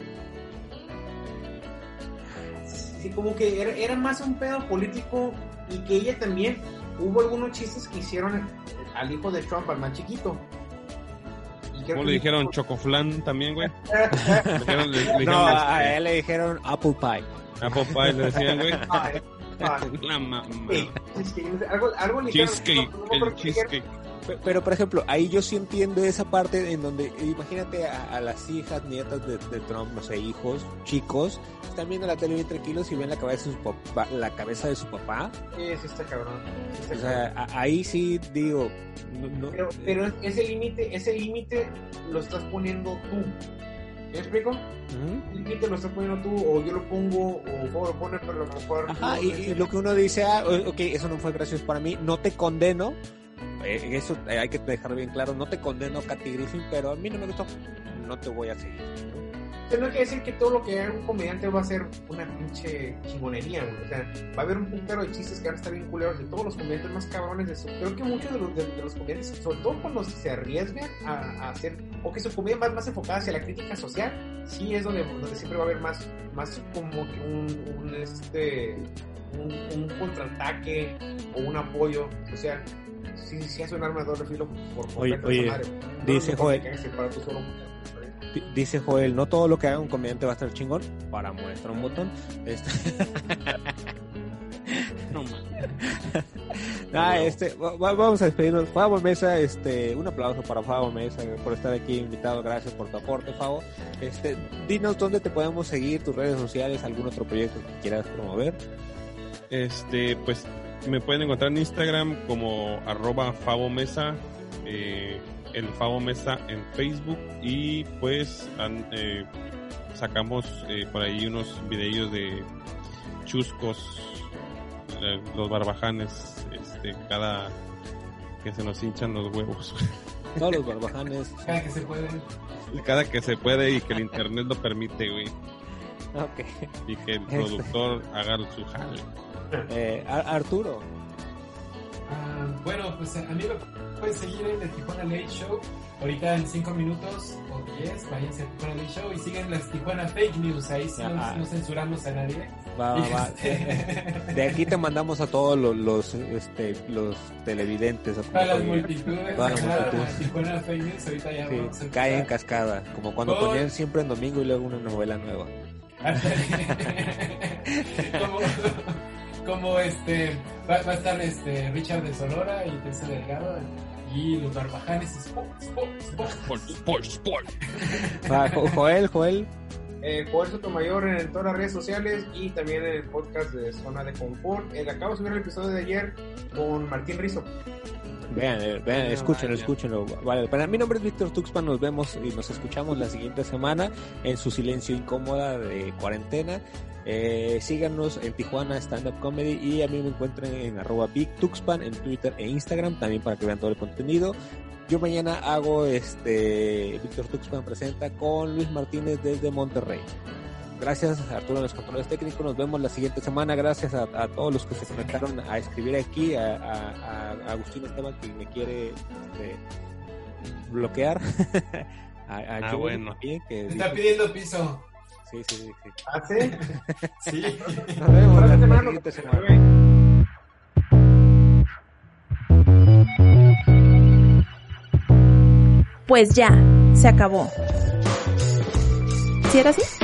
Sí, como que era, era más un pedo político y que ella también, hubo algunos chistes que hicieron al hijo de Trump, al más chiquito. ¿Cómo le dijeron? Dijo... ¿Chocoflan también, güey? Le dijeron, le, le no, a este... él le dijeron Apple Pie. Apple Pie le decían, güey. Ay, ay. La mamá. Sí, algo, algo le cheesecake, no, no, no, el cheesecake. Pero, pero, por ejemplo, ahí yo sí entiendo esa parte en donde, imagínate a, a las hijas, nietas de, de Trump, no sé, hijos, chicos, están viendo la tele bien tranquilos y ven la cabeza de su papá, la cabeza de su papá. Sí, sí está cabrón. Sí está o sea, cabrón. A, ahí sí digo... No, no, pero, pero ese límite, ese límite lo estás poniendo tú. ¿Me explico? Uh-huh. El límite lo estás poniendo tú, o yo lo pongo, o Fabo lo pone, pero a lo mejor... Ajá, no, y, y lo que uno dice, ah, ok, eso no fue gracioso para mí, no te condeno, eh, eso hay que dejar bien claro, no te condeno, Kathy Griffin, pero a mí no me gustó, no te voy a seguir, ¿no? Pero no quiere decir que todo lo que haga un comediante va a ser una pinche chingonería, güey. O sea, va a haber un puntero de chistes que van a estar bien culeros de todos los comediantes más cabrones de su... Creo que muchos de los, de, de los comediantes, sobre todo cuando se arriesgan a, a hacer... O que su comedia más, más enfocada hacia la crítica social, sí es donde, donde siempre va a haber más, más como que un... un este... Un, un contraataque o un apoyo social. Sí, sí hace un arma de doble filo por completo. Oye, oye, madre. No dice Joel... Para tú solo, Dice Joel, no todo lo que haga un comediante va a estar chingón. Para muestra un botón. Este... no mames. Ah, este, vamos a despedirnos. Fabo Mesa, este, un aplauso para Fabo Mesa por estar aquí invitado. Gracias por tu aporte, Fabo. Este, dinos dónde te podemos seguir, tus redes sociales, algún otro proyecto que quieras promover. Este, pues me pueden encontrar en Instagram como arroba Fabo Mesa. Eh, el Fabo Mesa en Facebook y pues an, eh, sacamos eh, por ahí unos videillos de chuscos, eh, los barbajanes, este, cada que se nos hinchan los huevos. Todos los barbajanes. Cada que se puede. Cada que se puede y que el internet lo permite, güey. Okay. Y que el productor este... haga su jale. Eh, Arturo. Uh, bueno, pues a mí me pueden seguir en el Tijuana Late Show. Ahorita en cinco minutos o diez, váyanse al Tijuana Late Show y siguen las Tijuana Fake News. Ahí sí no, no censuramos a nadie. Va, va, va. De, de aquí te mandamos a todos los, los, este, los televidentes. Para las multitudes. Para las multitudes. Tijuana Fake News, ahorita ya sí, vamos a cae en cascada. Como cuando Con... ponían siempre en domingo y luego una novela nueva. como, como este va, va a estar este Richard de Sonora y Teresa Delgado y los barbajanes Sport, Sport, Sport, Sport, Sport, Sport. Ah, Joel, Joel. Eh, Joel Sotomayor en todas las redes sociales y también en el podcast de Zona de Confort. Eh, acabo de subir el episodio de ayer con Martín Rizzo. Vean, vean, escúchenlo, escúchenlo. Vale, para mi nombre es Víctor Tuxpan, nos vemos y nos escuchamos la siguiente semana en su silencio incómoda de cuarentena. Eh, síganos en Tijuana Stand Up Comedy y a mí me encuentran en arroba Vic Tuxpan en Twitter e Instagram también para que vean todo el contenido. Yo mañana hago este Víctor Tuxpan presenta con Luis Martínez desde Monterrey. Gracias Arturo en los controles técnicos, nos vemos la siguiente semana. Gracias a, a todos los que se conectaron a escribir aquí, a, a, a Agustín Esteban que me quiere este, bloquear. a, a ah, Joe, bueno. También, que está dice... pidiendo piso. Sí, sí, sí. sí. ¿Ah, sí? Sí. Nos vemos la siguiente semana. pues ya, se acabó. ¿Sí era así?